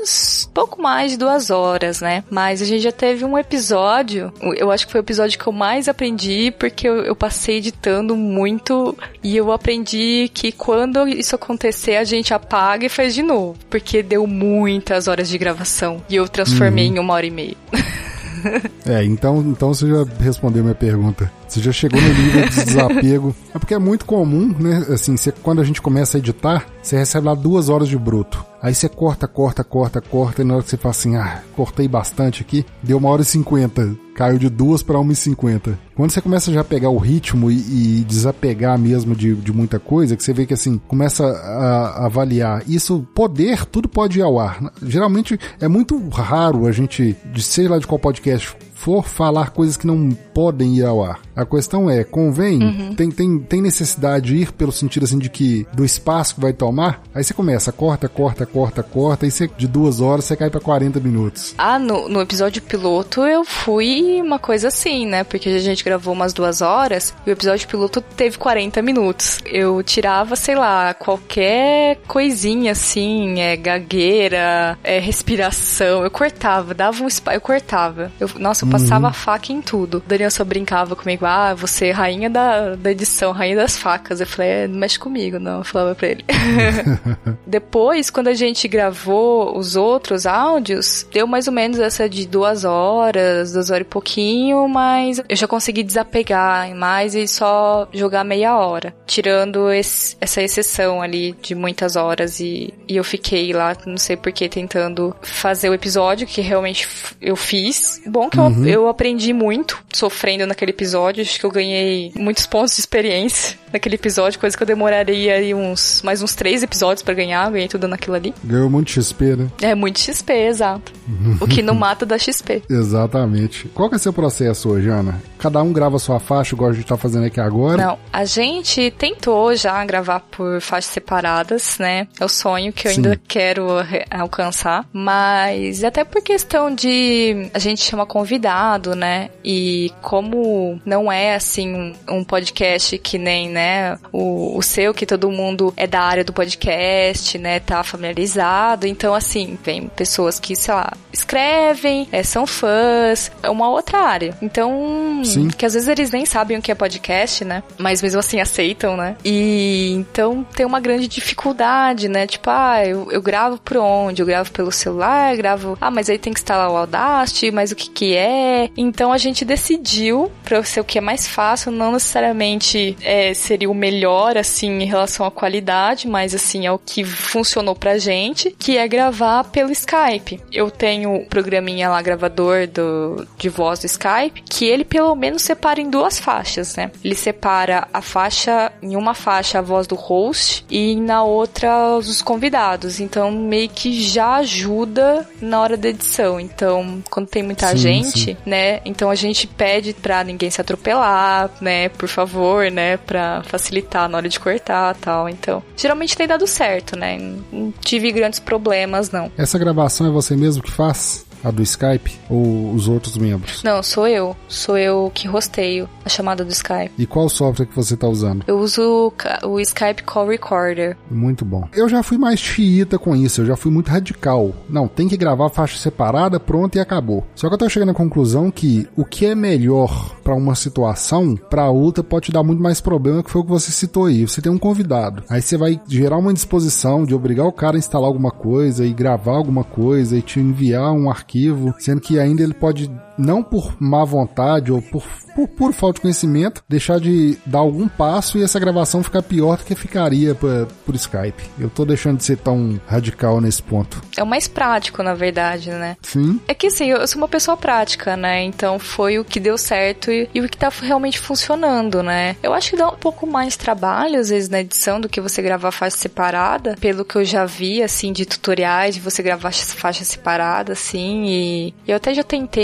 menos, pouco mais de duas horas, né? Mas a gente já teve um episódio, eu acho que foi o episódio que eu mais aprendi, porque eu, eu passei editando muito e eu aprendi que quando isso acontecer, a gente apaga e faz de novo, porque deu muitas horas de gravação e eu transformei uhum. em uma hora e meia.
É, então, então você já respondeu minha pergunta. Você já chegou no nível de desapego. É porque é muito comum, né? Assim, você, quando a gente começa a editar, você recebe lá duas horas de bruto. Aí você corta, corta, corta, corta, e na hora que você fala assim, ah, cortei bastante aqui, deu uma hora e cinquenta. Caiu de duas para uma e cinquenta. Quando você começa já a pegar o ritmo e, e desapegar mesmo de, de muita coisa, que você vê que assim, começa a, a avaliar. Isso, poder, tudo pode ir ao ar. Geralmente é muito raro a gente, de sei lá de qual podcast for, falar coisas que não podem ir ao ar. A questão é, convém, uhum. tem, tem, tem necessidade de ir pelo sentido assim de que, do espaço que vai tomar, aí você começa, corta, corta, corta, corta, e você, de duas horas você cai pra quarenta minutos.
Ah, no, no episódio piloto eu fui uma coisa assim, né, porque a gente gravou umas duas horas, e o episódio piloto teve quarenta minutos. Eu tirava, sei lá, qualquer coisinha assim, é, gagueira, é, respiração, eu cortava, dava um espaço, eu cortava. Eu, nossa, eu passava uhum. a faca em tudo. O Daniel só brincava comigo, ah, você é rainha da, da edição, rainha das facas. Eu falei, é, não mexe comigo, não. Eu falava pra ele. Depois, quando a gente gravou os outros áudios, deu mais ou menos essa de duas horas, duas horas e pouquinho, mas eu já consegui desapegar mais e só jogar meia hora. Tirando esse, essa exceção ali de muitas horas e, e eu fiquei lá, não sei porquê, tentando fazer o episódio que realmente eu fiz. Bom que uhum. eu, eu aprendi muito sofrendo naquele episódio, acho que eu ganhei muitos pontos de experiência naquele episódio, coisa que eu demoraria aí uns, mais uns três episódios pra ganhar, ganhei tudo naquilo ali.
Ganhou muito X P, né?
É, muito X P, exato. O que não mata dá X P.
Exatamente. Qual que é o seu processo hoje, Ana? Cada um grava a sua faixa, igual a gente tá fazendo aqui agora?
Não, a gente tentou já gravar por faixas separadas, né? É o sonho que eu Sim. ainda quero alcançar, mas até por questão de a gente chama convidado, né? E como não é, assim, um podcast que nem, né, o, o seu, que todo mundo é da área do podcast, né, tá familiarizado, então, assim, vem pessoas que, sei lá, escrevem, é, são fãs, é uma outra área. Então, Sim. que às vezes eles nem sabem o que é podcast, né? Mas mesmo assim aceitam, né? E então tem uma grande dificuldade, né? Tipo, ah, eu, eu gravo por onde? Eu gravo pelo celular, gravo... Ah, mas aí tem que instalar o Audacity, mas o que que é? Então a gente decidiu pra ser o que é mais fácil, não necessariamente é, seria o melhor, assim, em relação à qualidade, mas assim, é o que funcionou pra gente, que é gravar pelo Skype. Eu tenho o programinha lá, gravador do, de voz do Skype, que ele pelo menos separa em duas faixas, né? Ele separa a faixa, em uma faixa a voz do host e na outra os convidados, então meio que já ajuda na hora da edição. Então, quando tem muita sim, gente, sim. né? Então a gente pede pra ninguém se atropelar, né? Por favor, né? Pra facilitar na hora de cortar e tal. Então, geralmente tem dado certo, né? Não tive grandes problemas, não.
Essa gravação é você mesmo que faz? A do Skype? Ou os outros membros?
Não, sou eu. Sou eu que rosteio a chamada do Skype.
E qual software que você tá usando?
Eu uso o, o Skype Call Recorder.
Muito bom. Eu já fui mais xiita com isso, eu já fui muito radical. Não, tem que gravar faixa separada, pronto e acabou. Só que eu tô chegando à conclusão que o que é melhor pra uma situação, pra outra pode te dar muito mais problema, que foi o que você citou aí. Você tem um convidado, aí você vai gerar uma indisposição de obrigar o cara a instalar alguma coisa e gravar alguma coisa e te enviar um arquivo arquivo, sendo que ainda ele pode, não por má vontade ou por, por puro falta de conhecimento, deixar de dar algum passo e essa gravação ficar pior do que ficaria pra, por Skype. Eu tô deixando de ser tão radical nesse ponto.
É o mais prático, na verdade, né?
Sim.
É que assim, eu sou uma pessoa prática, né? Então foi o que deu certo e, e o que tá realmente funcionando, né? Eu acho que dá um pouco mais trabalho, às vezes, na edição do que você gravar faixa separada, pelo que eu já vi, assim, de tutoriais, de você gravar faixa separada, assim, e eu até já tentei mexer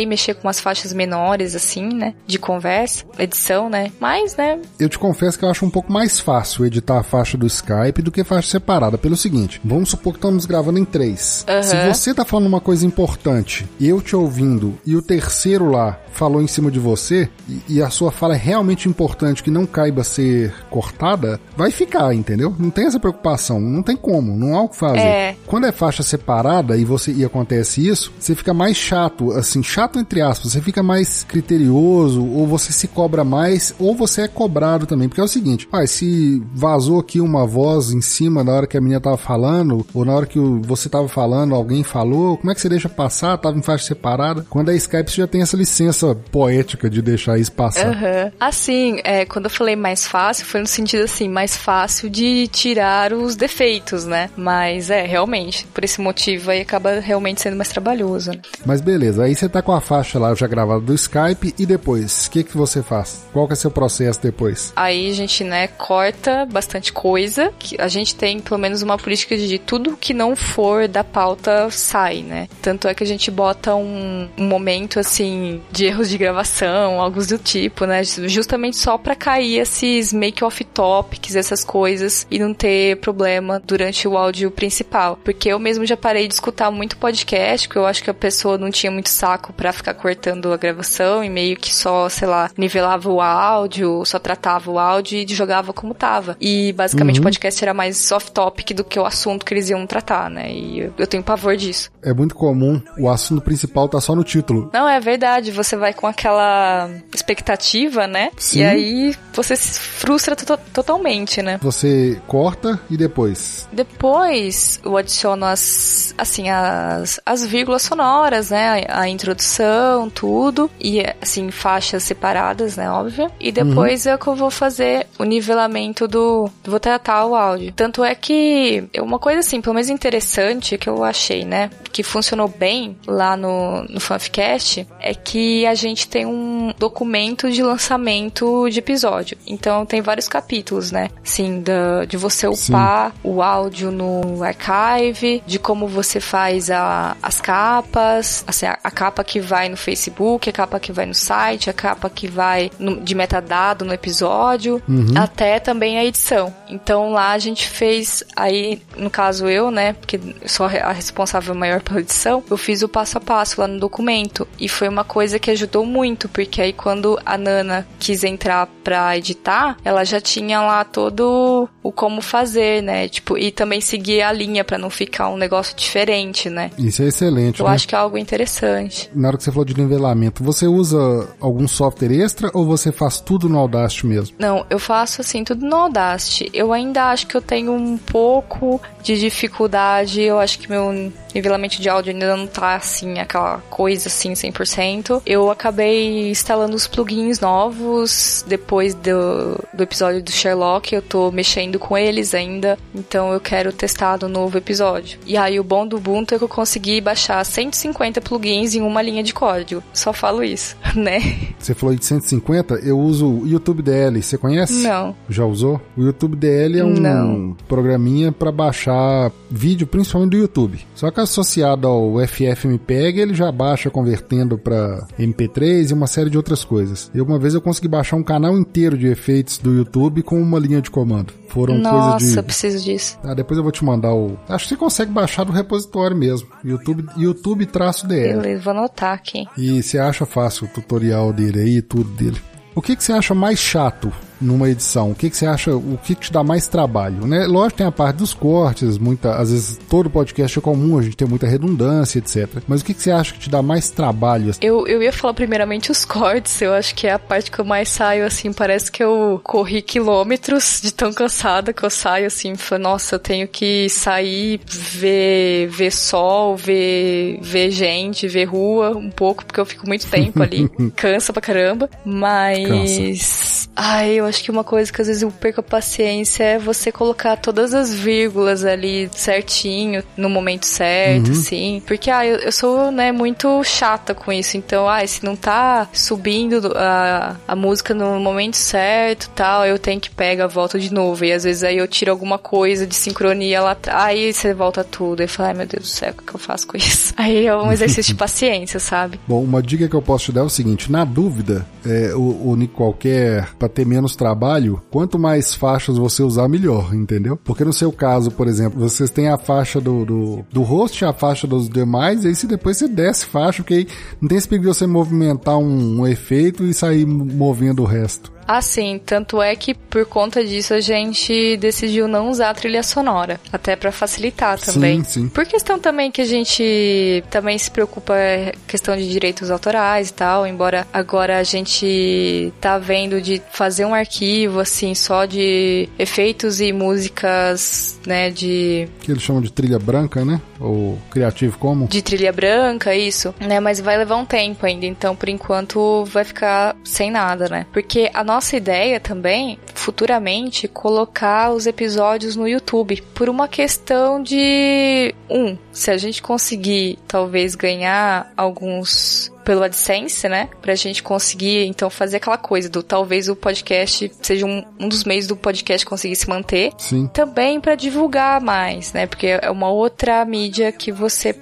com umas faixas menores, assim, né? De conversa, edição, né? Mas, né?
Eu te confesso que eu acho um pouco mais fácil editar a faixa do Skype do que faixa separada. Pelo seguinte, vamos supor que estamos gravando em três. Uhum. Se você tá falando uma coisa importante, eu te ouvindo, e o terceiro lá falou em cima de você, e, e a sua fala é realmente importante, que não caiba ser cortada, vai ficar, entendeu? Não tem essa preocupação, não tem como, não há o que fazer. É. Quando é faixa separada e, você, e acontece isso, você fica mais chato, assim, chato entre aspas, você fica mais criterioso, ou você se cobra mais, ou você é cobrado também, porque é o seguinte, ah, se vazou aqui uma voz em cima na hora que a menina tava falando, ou na hora que você tava falando, alguém falou, como é que você deixa passar? Tava em faixa separada. Quando é Skype, você já tem essa licença poética de deixar isso passar.
Uhum. Assim, é, quando eu falei mais fácil, foi no sentido assim, mais fácil de tirar os defeitos, né? Mas é, realmente, por esse motivo aí acaba realmente sendo mais trabalhoso, né?
Mas beleza, aí você tá com a faixa lá já gravada do Skype, e depois, o que que você faz? Qual que é o seu processo depois?
Aí a gente, né, corta bastante coisa, que a gente tem pelo menos uma política de tudo que não for da pauta sai, né? Tanto é que a gente bota um, um momento, assim, de erros de gravação, algo do tipo, né? Justamente só pra cair esses make off-topics, essas coisas, e não ter problema durante o áudio principal. Porque eu mesmo já parei de escutar muito podcast, porque eu acho que a pessoa não tinha muito saco pra ficar cortando a gravação e meio que só, sei lá, nivelava o áudio, só tratava o áudio e jogava como tava. E basicamente uhum. o podcast era mais off-topic do que o assunto que eles iam tratar, né? E eu, eu tenho pavor disso.
É muito comum o assunto principal tá só no título.
Não, é verdade. Você vai com aquela expectativa, né? Sim. E aí você se frustra to- totalmente, né?
Você corta e depois?
Depois eu adiciono as, assim, as, as vírgulas sonoras, né? A, a introdução, tudo. E, assim, faixas separadas, né? Óbvio. E depois uhum. é que eu vou fazer o nivelamento do... Vou tratar o áudio. Tanto é que uma coisa, assim, pelo menos interessante que eu achei, né? Que funcionou bem lá no, no Fanficast é que a gente tem um documento de lançamento de episódio. Então tem vários capítulos, né? Assim, da, de você upar Sim. o áudio no archive, de como você faz a, as capas, assim, a, a capa que vai no Facebook, a capa que vai no site, a capa que vai no, de metadado no episódio, uhum. até também a edição. Então lá a gente fez, aí no caso eu, né, porque sou a responsável maior pela edição, eu fiz o passo a passo lá no documento, e foi uma coisa que ajudou muito, porque aí quando a Nana quis entrar pra editar, ela já tinha lá todo o como fazer, né, tipo, e também seguir a linha pra não ficar um negócio diferente, né.
Isso é excelente,
Eu
né?
acho que é algo interessante.
Na hora que você falou de nivelamento, você usa algum software extra ou você faz tudo no Audacity mesmo?
Não, eu faço assim, tudo no Audacity. Eu ainda acho que eu tenho um pouco de dificuldade, eu acho que meu nivelamento de áudio ainda não tá assim, aquela coisa assim, cem por cento. Eu acabei instalando os plugins novos depois do, do episódio do Sherlock, eu tô mexendo com eles ainda, então eu quero testar no novo episódio. E aí o bom do Ubuntu é que eu consegui baixar cento e cinquenta plugins em uma linha de código. Só falo isso, né?
Você falou de cento e cinquenta, eu uso o YouTube D L, você conhece?
Não.
Já usou? O YouTube D L é um Não. programinha pra baixar vídeo, principalmente do YouTube. Só que associado ao F F M P E G, ele já baixa convertendo pra M P três e uma série de outras coisas. E uma vez eu consegui baixar um canal inteiro de efeitos do YouTube com uma linha de comando. Foram
Nossa,
coisas de...
eu preciso disso.
Ah, depois eu vou te mandar o... Acho que você consegue baixar do repositório mesmo. YouTube, YouTube-D L.
Beleza, vou anotar aqui.
E você acha fácil o tutorial dele aí, tudo dele. O que, que você acha mais chato numa edição? O que, que você acha, o que, que te dá mais trabalho, né? Lógico, tem a parte dos cortes, muita, às vezes todo podcast é comum, a gente tem muita redundância, etcétera. Mas o que, que você acha que te dá mais trabalho?
Eu, eu ia falar primeiramente os cortes, eu acho que é a parte que eu mais saio, assim, parece que eu corri quilômetros de tão cansada que eu saio, assim, falo, nossa, eu tenho que sair, ver, ver sol, ver, ver gente, ver rua um pouco, porque eu fico muito tempo ali, cansa pra caramba, mas... Cansa. Ai, eu acho que uma coisa que às vezes eu perco a paciência é você colocar todas as vírgulas ali certinho, no momento certo,
uhum.
assim. Porque, ah, eu, eu sou, né, muito chata com isso. Então, ah, se não tá subindo a, a música no momento certo, tal, eu tenho que pegar, volta de novo. E às vezes aí eu tiro alguma coisa de sincronia lá, aí você volta tudo. E fala, ai meu Deus do céu, o que eu faço com isso? Aí é um exercício de paciência, sabe?
Bom, uma dica que eu posso te dar é o seguinte, na dúvida, é, o, o Nick qualquer, pra ter menos trabalho, quanto mais faixas você usar, melhor, entendeu? Porque no seu caso, por exemplo, vocês têm a faixa do, do, do host, a faixa dos demais, e aí se depois você desce faixa, porque aí não tem esse perigo de você movimentar um, um efeito e sair movendo o resto.
Ah, sim. Tanto é que por conta disso a gente decidiu não usar a trilha sonora. Até pra facilitar também.
Sim, sim.
Por questão também que a gente também se preocupa questão de direitos autorais e tal. Embora agora a gente tá vendo de fazer um arquivo, assim, só de efeitos e músicas, né, de...
Que eles chamam de trilha branca, né? Ou Creative Commons.
De trilha branca, isso. Né, mas vai levar um tempo ainda. Então, por enquanto, vai ficar sem nada, né? Porque a nossa ideia também, futuramente, colocar os episódios no YouTube. Por uma questão de... Um, se a gente conseguir, talvez, ganhar alguns... pelo AdSense, né? Pra gente conseguir, então, fazer aquela coisa do talvez o podcast seja um, um dos meios do podcast conseguir se manter.
Sim.
Também pra divulgar mais, né? Porque é uma outra mídia que você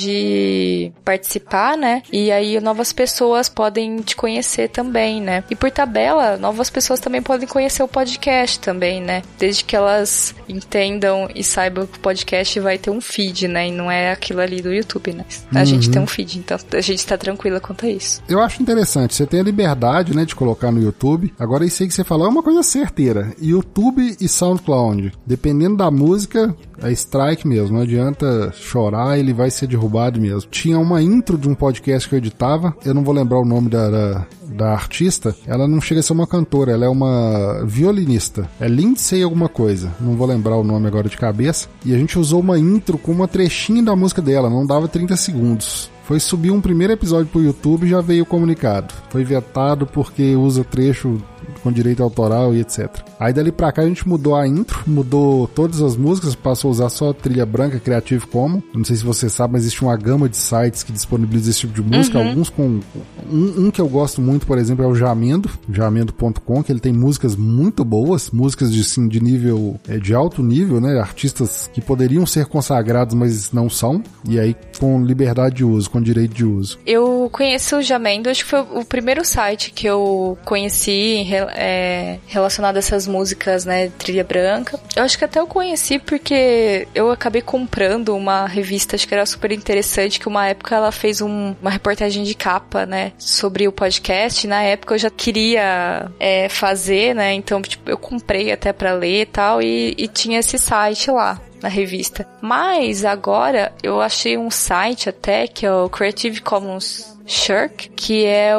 pode participar, né? E aí novas pessoas podem te conhecer também, né? E por tabela, novas pessoas também podem conhecer o podcast também, né? Desde que elas entendam e saibam que o podcast vai ter um feed, né? E não é aquilo ali do YouTube, né? A
uhum.
gente tem um feed, então a gente tá tranquila quanto a isso.
Eu acho interessante, você tem a liberdade, né, de colocar no YouTube. Agora isso aí que você falou é uma coisa certeira. YouTube e SoundCloud, dependendo da música, é strike mesmo, não adianta chorar, ele vai ser derrubado mesmo. Tinha uma intro de um podcast que eu editava, eu não vou lembrar o nome da, da, da artista, ela não chega a ser uma cantora, ela é uma violinista, é Lindsay alguma coisa, não vou lembrar o nome agora de cabeça, e a gente usou uma intro com uma trechinha da música dela, não dava trinta segundos. Foi subir um primeiro episódio pro YouTube e já veio o comunicado. Foi vetado porque usa trecho com direito autoral e etcétera. Aí dali pra cá a gente mudou a intro, mudou todas as músicas, passou a usar só trilha branca Creative Commons. Não sei se você sabe, mas existe uma gama de sites que disponibilizam esse tipo de música. Uhum. Alguns com... Um, um que eu gosto muito, por exemplo, é o Jamendo, jamendo ponto com, que ele tem músicas muito boas, músicas de, assim, de nível, é, de alto nível, né? Artistas que poderiam ser consagrados, mas não são. E aí com liberdade de uso, com direito de uso.
Eu conheço o Jamendo, acho que foi o primeiro site que eu conheci é, relacionado a essas músicas, né, trilha branca. Eu acho que até eu conheci porque eu acabei comprando uma revista, acho que era super interessante, que uma época ela fez um, uma reportagem de capa, né, sobre o podcast. Na época eu já queria é, fazer, né, então tipo, eu comprei até pra ler e tal, e, e tinha esse site lá na revista. Mas agora eu achei um site até que é o Creative Commons Shirk, que é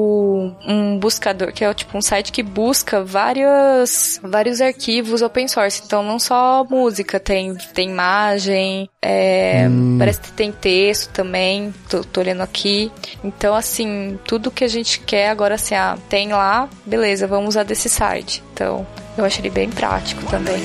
o um buscador, que é tipo um site que busca vários vários arquivos open source. Então não só música, tem, tem imagem, é, hum. parece que tem texto também, tô, tô olhando aqui. Então assim, tudo que a gente quer agora assim, ah, tem lá, beleza, vamos usar desse site. Então eu achei ele bem prático também.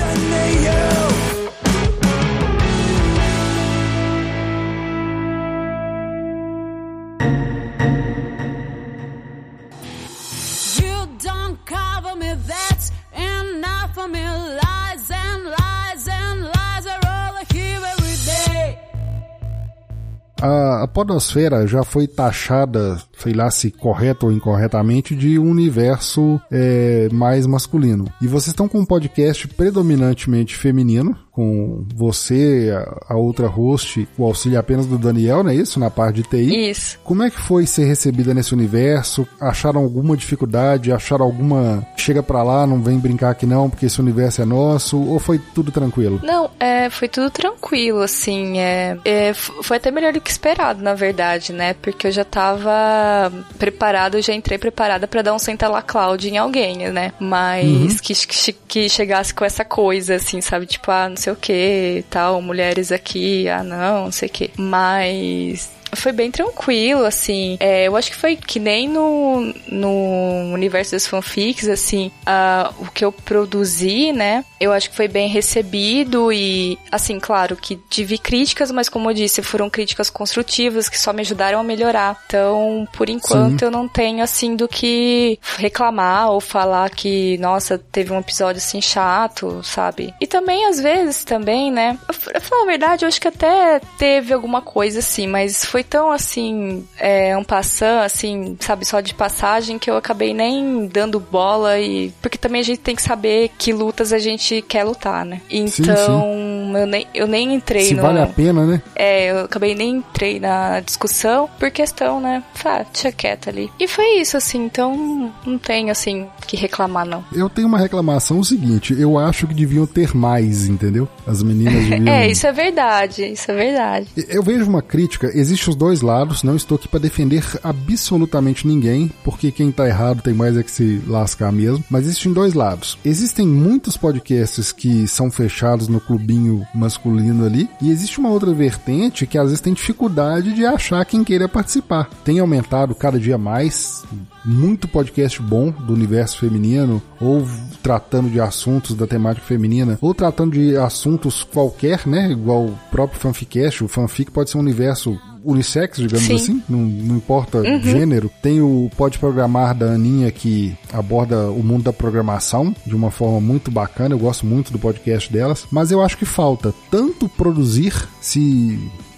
A, a podosfera já foi taxada, sei lá se correto ou incorretamente, de um universo é, mais masculino. E vocês estão com um podcast predominantemente feminino, com você, a, a outra host, o auxílio apenas do Daniel, não é isso? Na parte de T I.
Isso.
Como é que foi ser recebida nesse universo? Acharam alguma dificuldade? Acharam alguma... Chega pra lá, não vem brincar aqui não, porque esse universo é nosso? Ou foi tudo tranquilo?
Não, é, foi tudo tranquilo, assim. É, é, foi até melhor do que esperado, na verdade, né? Porque eu já tava preparada, eu já entrei preparada pra dar um senta lá Cloud em alguém, né? Mas uhum. que, que, que chegasse com essa coisa, assim, sabe? Tipo, ah, não sei o que, tal, mulheres aqui, ah, não, não sei o que. Mas... Foi bem tranquilo, assim. É, eu acho que foi que nem no, no universo das fanfics, assim, uh, o que eu produzi, né? Eu acho que foi bem recebido e, assim, claro, que tive críticas, mas como eu disse, foram críticas construtivas que só me ajudaram a melhorar. Então, por enquanto, Sim. eu não tenho, assim, do que reclamar ou falar que, nossa, teve um episódio, assim, chato, sabe? E também, às vezes, também, né? Pra falar a verdade, eu acho que até teve alguma coisa, assim, mas foi tão, assim, é, um passant, assim, sabe, só de passagem, que eu acabei nem dando bola e... Porque também a gente tem que saber que lutas a gente quer lutar, né? Então, sim, sim. Eu, nem, eu nem entrei
Se
no...
vale a pena, né?
É, eu acabei nem entrei na discussão por questão, né? Ah, deixa quieta ali. E foi isso, assim, então não tenho, assim, que reclamar, não.
Eu tenho uma reclamação o seguinte, eu acho que deviam ter mais, entendeu? As meninas deviam...
É, isso é verdade, isso é verdade.
Eu vejo uma crítica, existem os dois lados, não estou aqui para defender absolutamente ninguém, porque quem tá errado tem mais é que se lascar mesmo, mas existem dois lados. Existem muitos podcasts que são fechados no clubinho masculino ali, e existe uma outra vertente que às vezes tem dificuldade de achar quem queira participar. Tem aumentado cada dia mais, muito podcast bom do universo feminino, ou tratando de assuntos da temática feminina, ou tratando de assuntos qualquer, né, igual o próprio fanficast. O fanfic pode ser um universo unissex, digamos Sim. assim, não, não importa uhum. gênero. Tem o Pode Programar da Aninha, que aborda o mundo da programação de uma forma muito bacana, eu gosto muito do podcast delas, mas eu acho que falta tanto produzir, se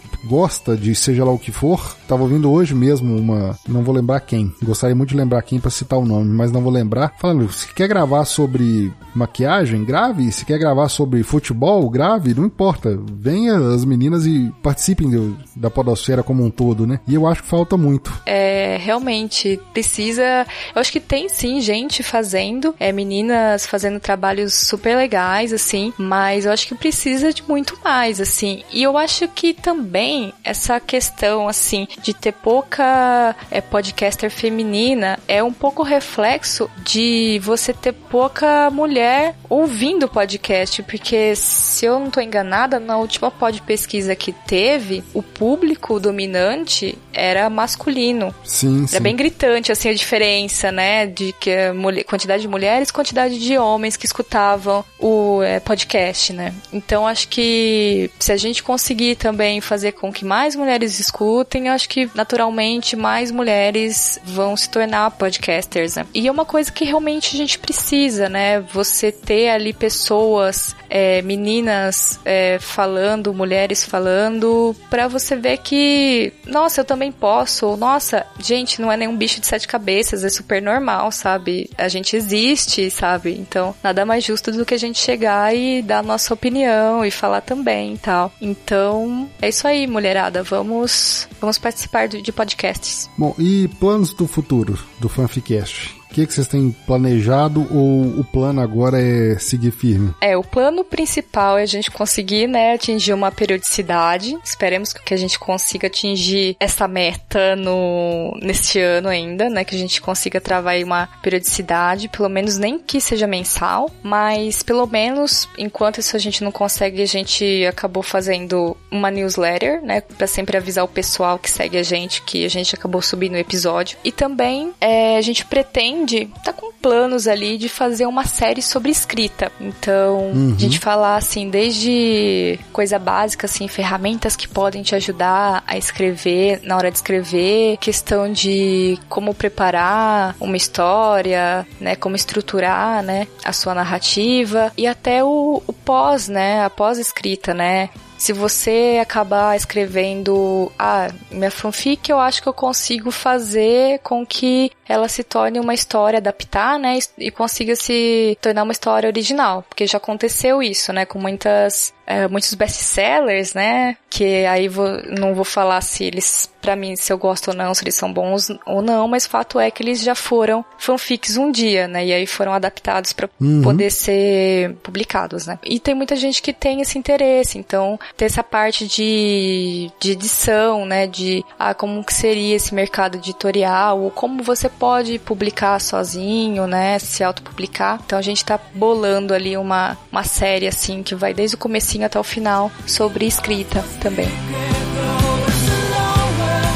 gosta de seja lá o que for. Tava ouvindo hoje mesmo uma, não vou lembrar quem, gostaria muito de lembrar quem pra citar o nome, mas não vou lembrar, falando, se quer gravar sobre maquiagem, grave, se quer gravar sobre futebol, grave, não importa, venha as meninas e participem do, da podosfera como um todo, né? E eu acho que falta muito.
É, realmente, precisa, eu acho que tem sim gente fazendo, é, meninas fazendo trabalhos super legais, assim, mas eu acho que precisa de muito mais, assim, e eu acho que também essa questão, assim, de ter pouca é, podcaster feminina é um pouco reflexo de você ter pouca mulher ouvindo podcast, porque se eu não tô enganada, na última pod pesquisa que teve, o público dominante era masculino.
Sim,
é
sim.
bem gritante, assim, a diferença, né, de que a mulher, quantidade de mulheres, quantidade de homens que escutavam o é, podcast, né. Então, acho que se a gente conseguir também fazer com que mais mulheres escutem, eu acho que naturalmente mais mulheres vão se tornar podcasters, né? E é uma coisa que realmente a gente precisa, né? Você ter ali pessoas, é, meninas é, falando, mulheres falando, pra você ver que, nossa, eu também posso, ou, nossa, gente, não é nenhum bicho de sete cabeças, é super normal, sabe? A gente existe, sabe? Então, nada mais justo do que a gente chegar e dar a nossa opinião e falar também e tal. Então, é isso aí, mulherada, vamos, vamos participar de podcasts.
Bom, e planos do futuro do Fanficast? O que, que vocês têm planejado ou o plano agora é seguir firme?
É, o plano principal é a gente conseguir, né, atingir uma periodicidade. Esperemos que a gente consiga atingir essa meta no, neste ano ainda, né, que a gente consiga travar aí uma periodicidade, pelo menos nem que seja mensal, mas pelo menos, enquanto isso a gente não consegue, a gente acabou fazendo uma newsletter, né, pra sempre avisar o pessoal que segue a gente que a gente acabou subindo o episódio. E também é, a gente pretende tá com planos ali de fazer uma série sobre escrita. Então, uhum. a gente falar assim, desde coisa básica, assim, ferramentas que podem te ajudar a escrever, na hora de escrever, questão de como preparar uma história, né, como estruturar, né, a sua narrativa, e até o, o pós, né, a pós-escrita, né. Se você acabar escrevendo, ah, minha fanfic, eu acho que eu consigo fazer com que ela se torne uma história, adaptar, né, e consiga se tornar uma história original, porque já aconteceu isso, né, com muitas, é, muitos best-sellers, né, que aí vou, não vou falar se eles, pra mim, se eu gosto ou não, se eles são bons ou não, mas fato é que eles já foram fanfics um dia, né, e aí foram adaptados pra uhum. poder ser publicados, né, e tem muita gente que tem esse interesse, então ter essa parte de, de edição, né, de ah, como que seria esse mercado editorial, ou como você pode publicar sozinho, né, se autopublicar. Então a gente tá bolando ali uma, uma série assim, que vai desde o comecinho até o final, sobre escrita também.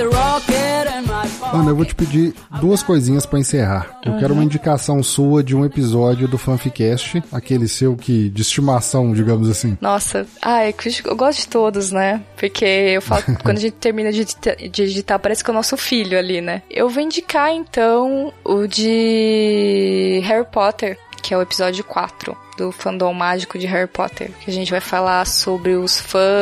the rocket in my pocket.
Ana, eu vou te pedir duas coisinhas pra encerrar. Eu uhum. quero uma indicação sua de um episódio do Fanficast, aquele seu que de estimação, digamos assim.
Nossa, ah, eu, eu gosto de todos, né? Porque eu falo, quando a gente termina de editar, de editar, parece que é o nosso filho ali, né? Eu vou indicar, então, o de Harry Potter, que é o episódio quatro do fandom mágico de Harry Potter, que a gente vai falar sobre os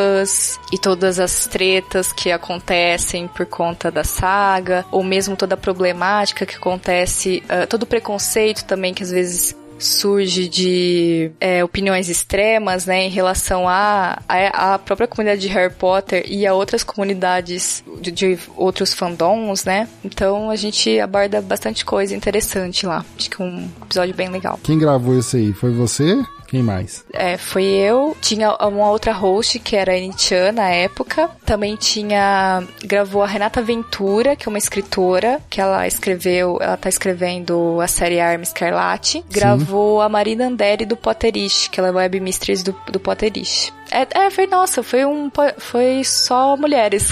fãs e todas as tretas que acontecem por conta da saga, ou mesmo toda a problemática que acontece, uh, todo o preconceito também que às vezes surge de é, opiniões extremas, né, em relação à a, a própria comunidade de Harry Potter e a outras comunidades de, de outros fandoms, né? Então a gente aborda bastante coisa interessante lá. Acho que é um episódio bem legal.
Quem gravou isso aí? Foi você? Quem mais?
É, foi eu. Tinha uma outra host, que era a Nichan, na época. Também tinha... Gravou a Renata Ventura, que é uma escritora, que ela escreveu... Ela tá escrevendo a série Arma Escarlate. Gravou a Marina Anderi, do Potterish, que ela é webmistress do, do Potterish. É, é, foi, nossa, foi um... Foi só mulheres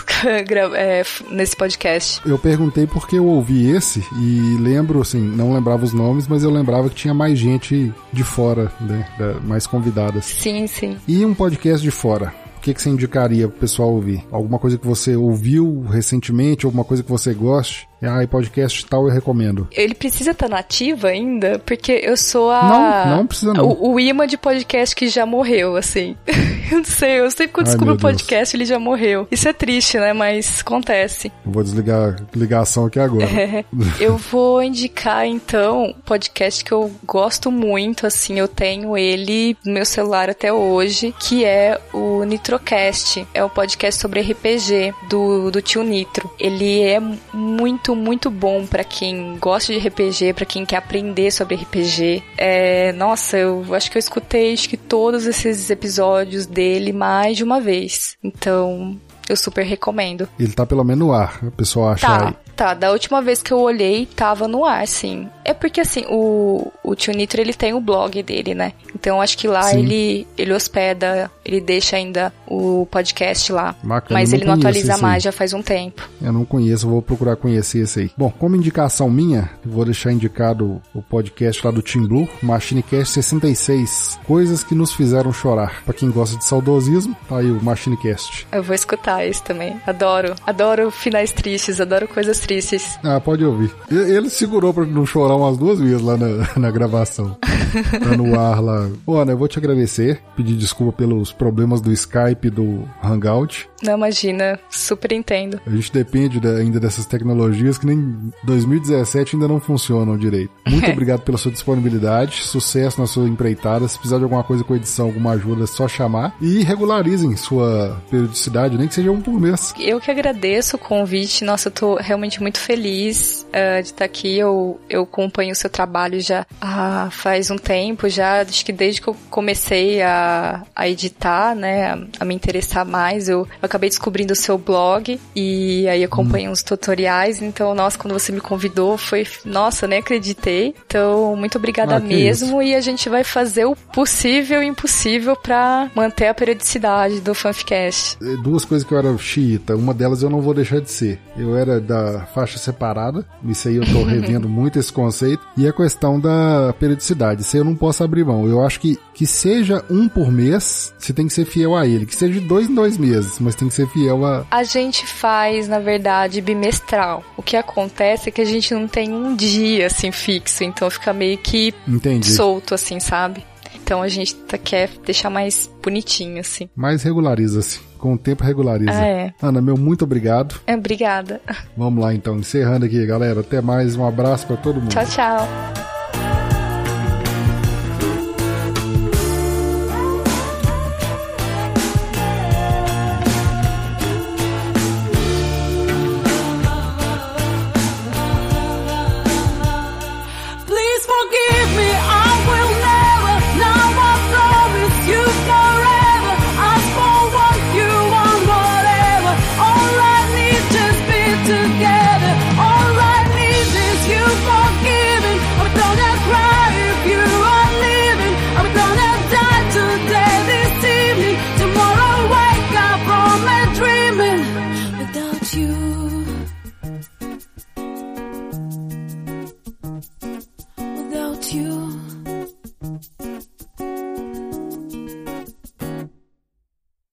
é, nesse podcast.
Eu perguntei porque eu ouvi esse e lembro, assim, não lembrava os nomes, mas eu lembrava que tinha mais gente de fora, né? Mais convidadas.
Sim, sim.
E um podcast de fora? O que, que você indicaria pro pessoal ouvir? Alguma coisa que você ouviu recentemente, alguma coisa que você goste? Ah, e podcast tal eu recomendo.
Ele precisa estar nativa ainda? Porque eu sou a...
Não, não precisa não.
O, o imã de podcast que já morreu, assim. Eu não sei, eu sempre que eu descubro o podcast, ele já morreu. Isso é triste, né? Mas acontece.
Vou desligar a ligação aqui agora.
É. Eu vou indicar, então, um podcast que eu gosto muito, assim, eu tenho ele no meu celular até hoje, que é o Nitrocast. É um podcast sobre R P G do, do tio Nitro. Ele é muito muito bom pra quem gosta de R P G, pra quem quer aprender sobre R P G. É, nossa, eu acho que eu escutei acho que todos esses episódios dele mais de uma vez. Então, eu super recomendo.
Ele tá pelo menos no ar, o pessoal acha
tá.
aí.
Tá, da última vez que eu olhei, tava no ar, sim. É porque, assim, o, o tio Nitro, ele tem o blog dele, né? Então, acho que lá ele, ele hospeda, ele deixa ainda o podcast lá.
Bacana,
mas
não
ele não atualiza mais,
aí.
já faz um tempo.
Eu não conheço, vou procurar conhecer esse aí. Bom, como indicação minha, vou deixar indicado o podcast lá do Team Blue, MachineCast sessenta e seis. Coisas que nos fizeram chorar. Pra quem gosta de saudosismo, tá aí o MachineCast.
Eu vou escutar esse também. Adoro. Adoro finais tristes, adoro coisas tristes.
Ah, pode ouvir. Ele segurou pra não chorar umas duas vezes lá na, na gravação. Tá no ar lá. Ô, Ana, eu vou te agradecer, pedir desculpa pelos problemas do Skype, do Hangout.
Não, imagina, super entendo.
A gente depende da, ainda dessas tecnologias que nem dois mil e dezessete ainda não funcionam direito. Muito obrigado pela sua disponibilidade, sucesso na sua empreitada. Se precisar de alguma coisa com edição, alguma ajuda, é só chamar. E regularizem sua periodicidade, nem que seja um por mês.
Eu que agradeço o convite, nossa, eu tô realmente muito feliz uh, de estar aqui. Eu, eu acompanho o seu trabalho já ah, faz um tempo, já acho que desde que eu comecei a, a editar, né, a, a me interessar mais, eu acabei descobrindo o seu blog e aí acompanhei hum. uns tutoriais, então, nossa, quando você me convidou foi, nossa, nem acreditei. Então, muito obrigada ah, mesmo isso. E a gente vai fazer o possível e impossível pra manter a periodicidade do Fanficast.
Duas coisas que eu era xiita, uma delas eu não vou deixar de ser. Eu era da faixa separada, isso aí eu tô revendo muito esse conceito, e a questão da periodicidade, isso aí eu não posso abrir mão. Eu acho que, que seja um por mês, você tem que ser fiel a ele, que seja de dois em dois meses, mas tem que ser fiel a...
A gente faz, na verdade, bimestral. O que acontece é que a gente não tem um dia, assim, fixo, então fica meio que
Entendi.
solto, assim, sabe? Então a gente tá, quer deixar mais bonitinho, assim.
Mais regulariza-se. Com o tempo regulariza.
Ah, é.
Ana, meu muito obrigado.
É, obrigada.
Vamos lá, então. Encerrando aqui, galera. Até mais. Um abraço pra todo mundo.
Tchau, tchau.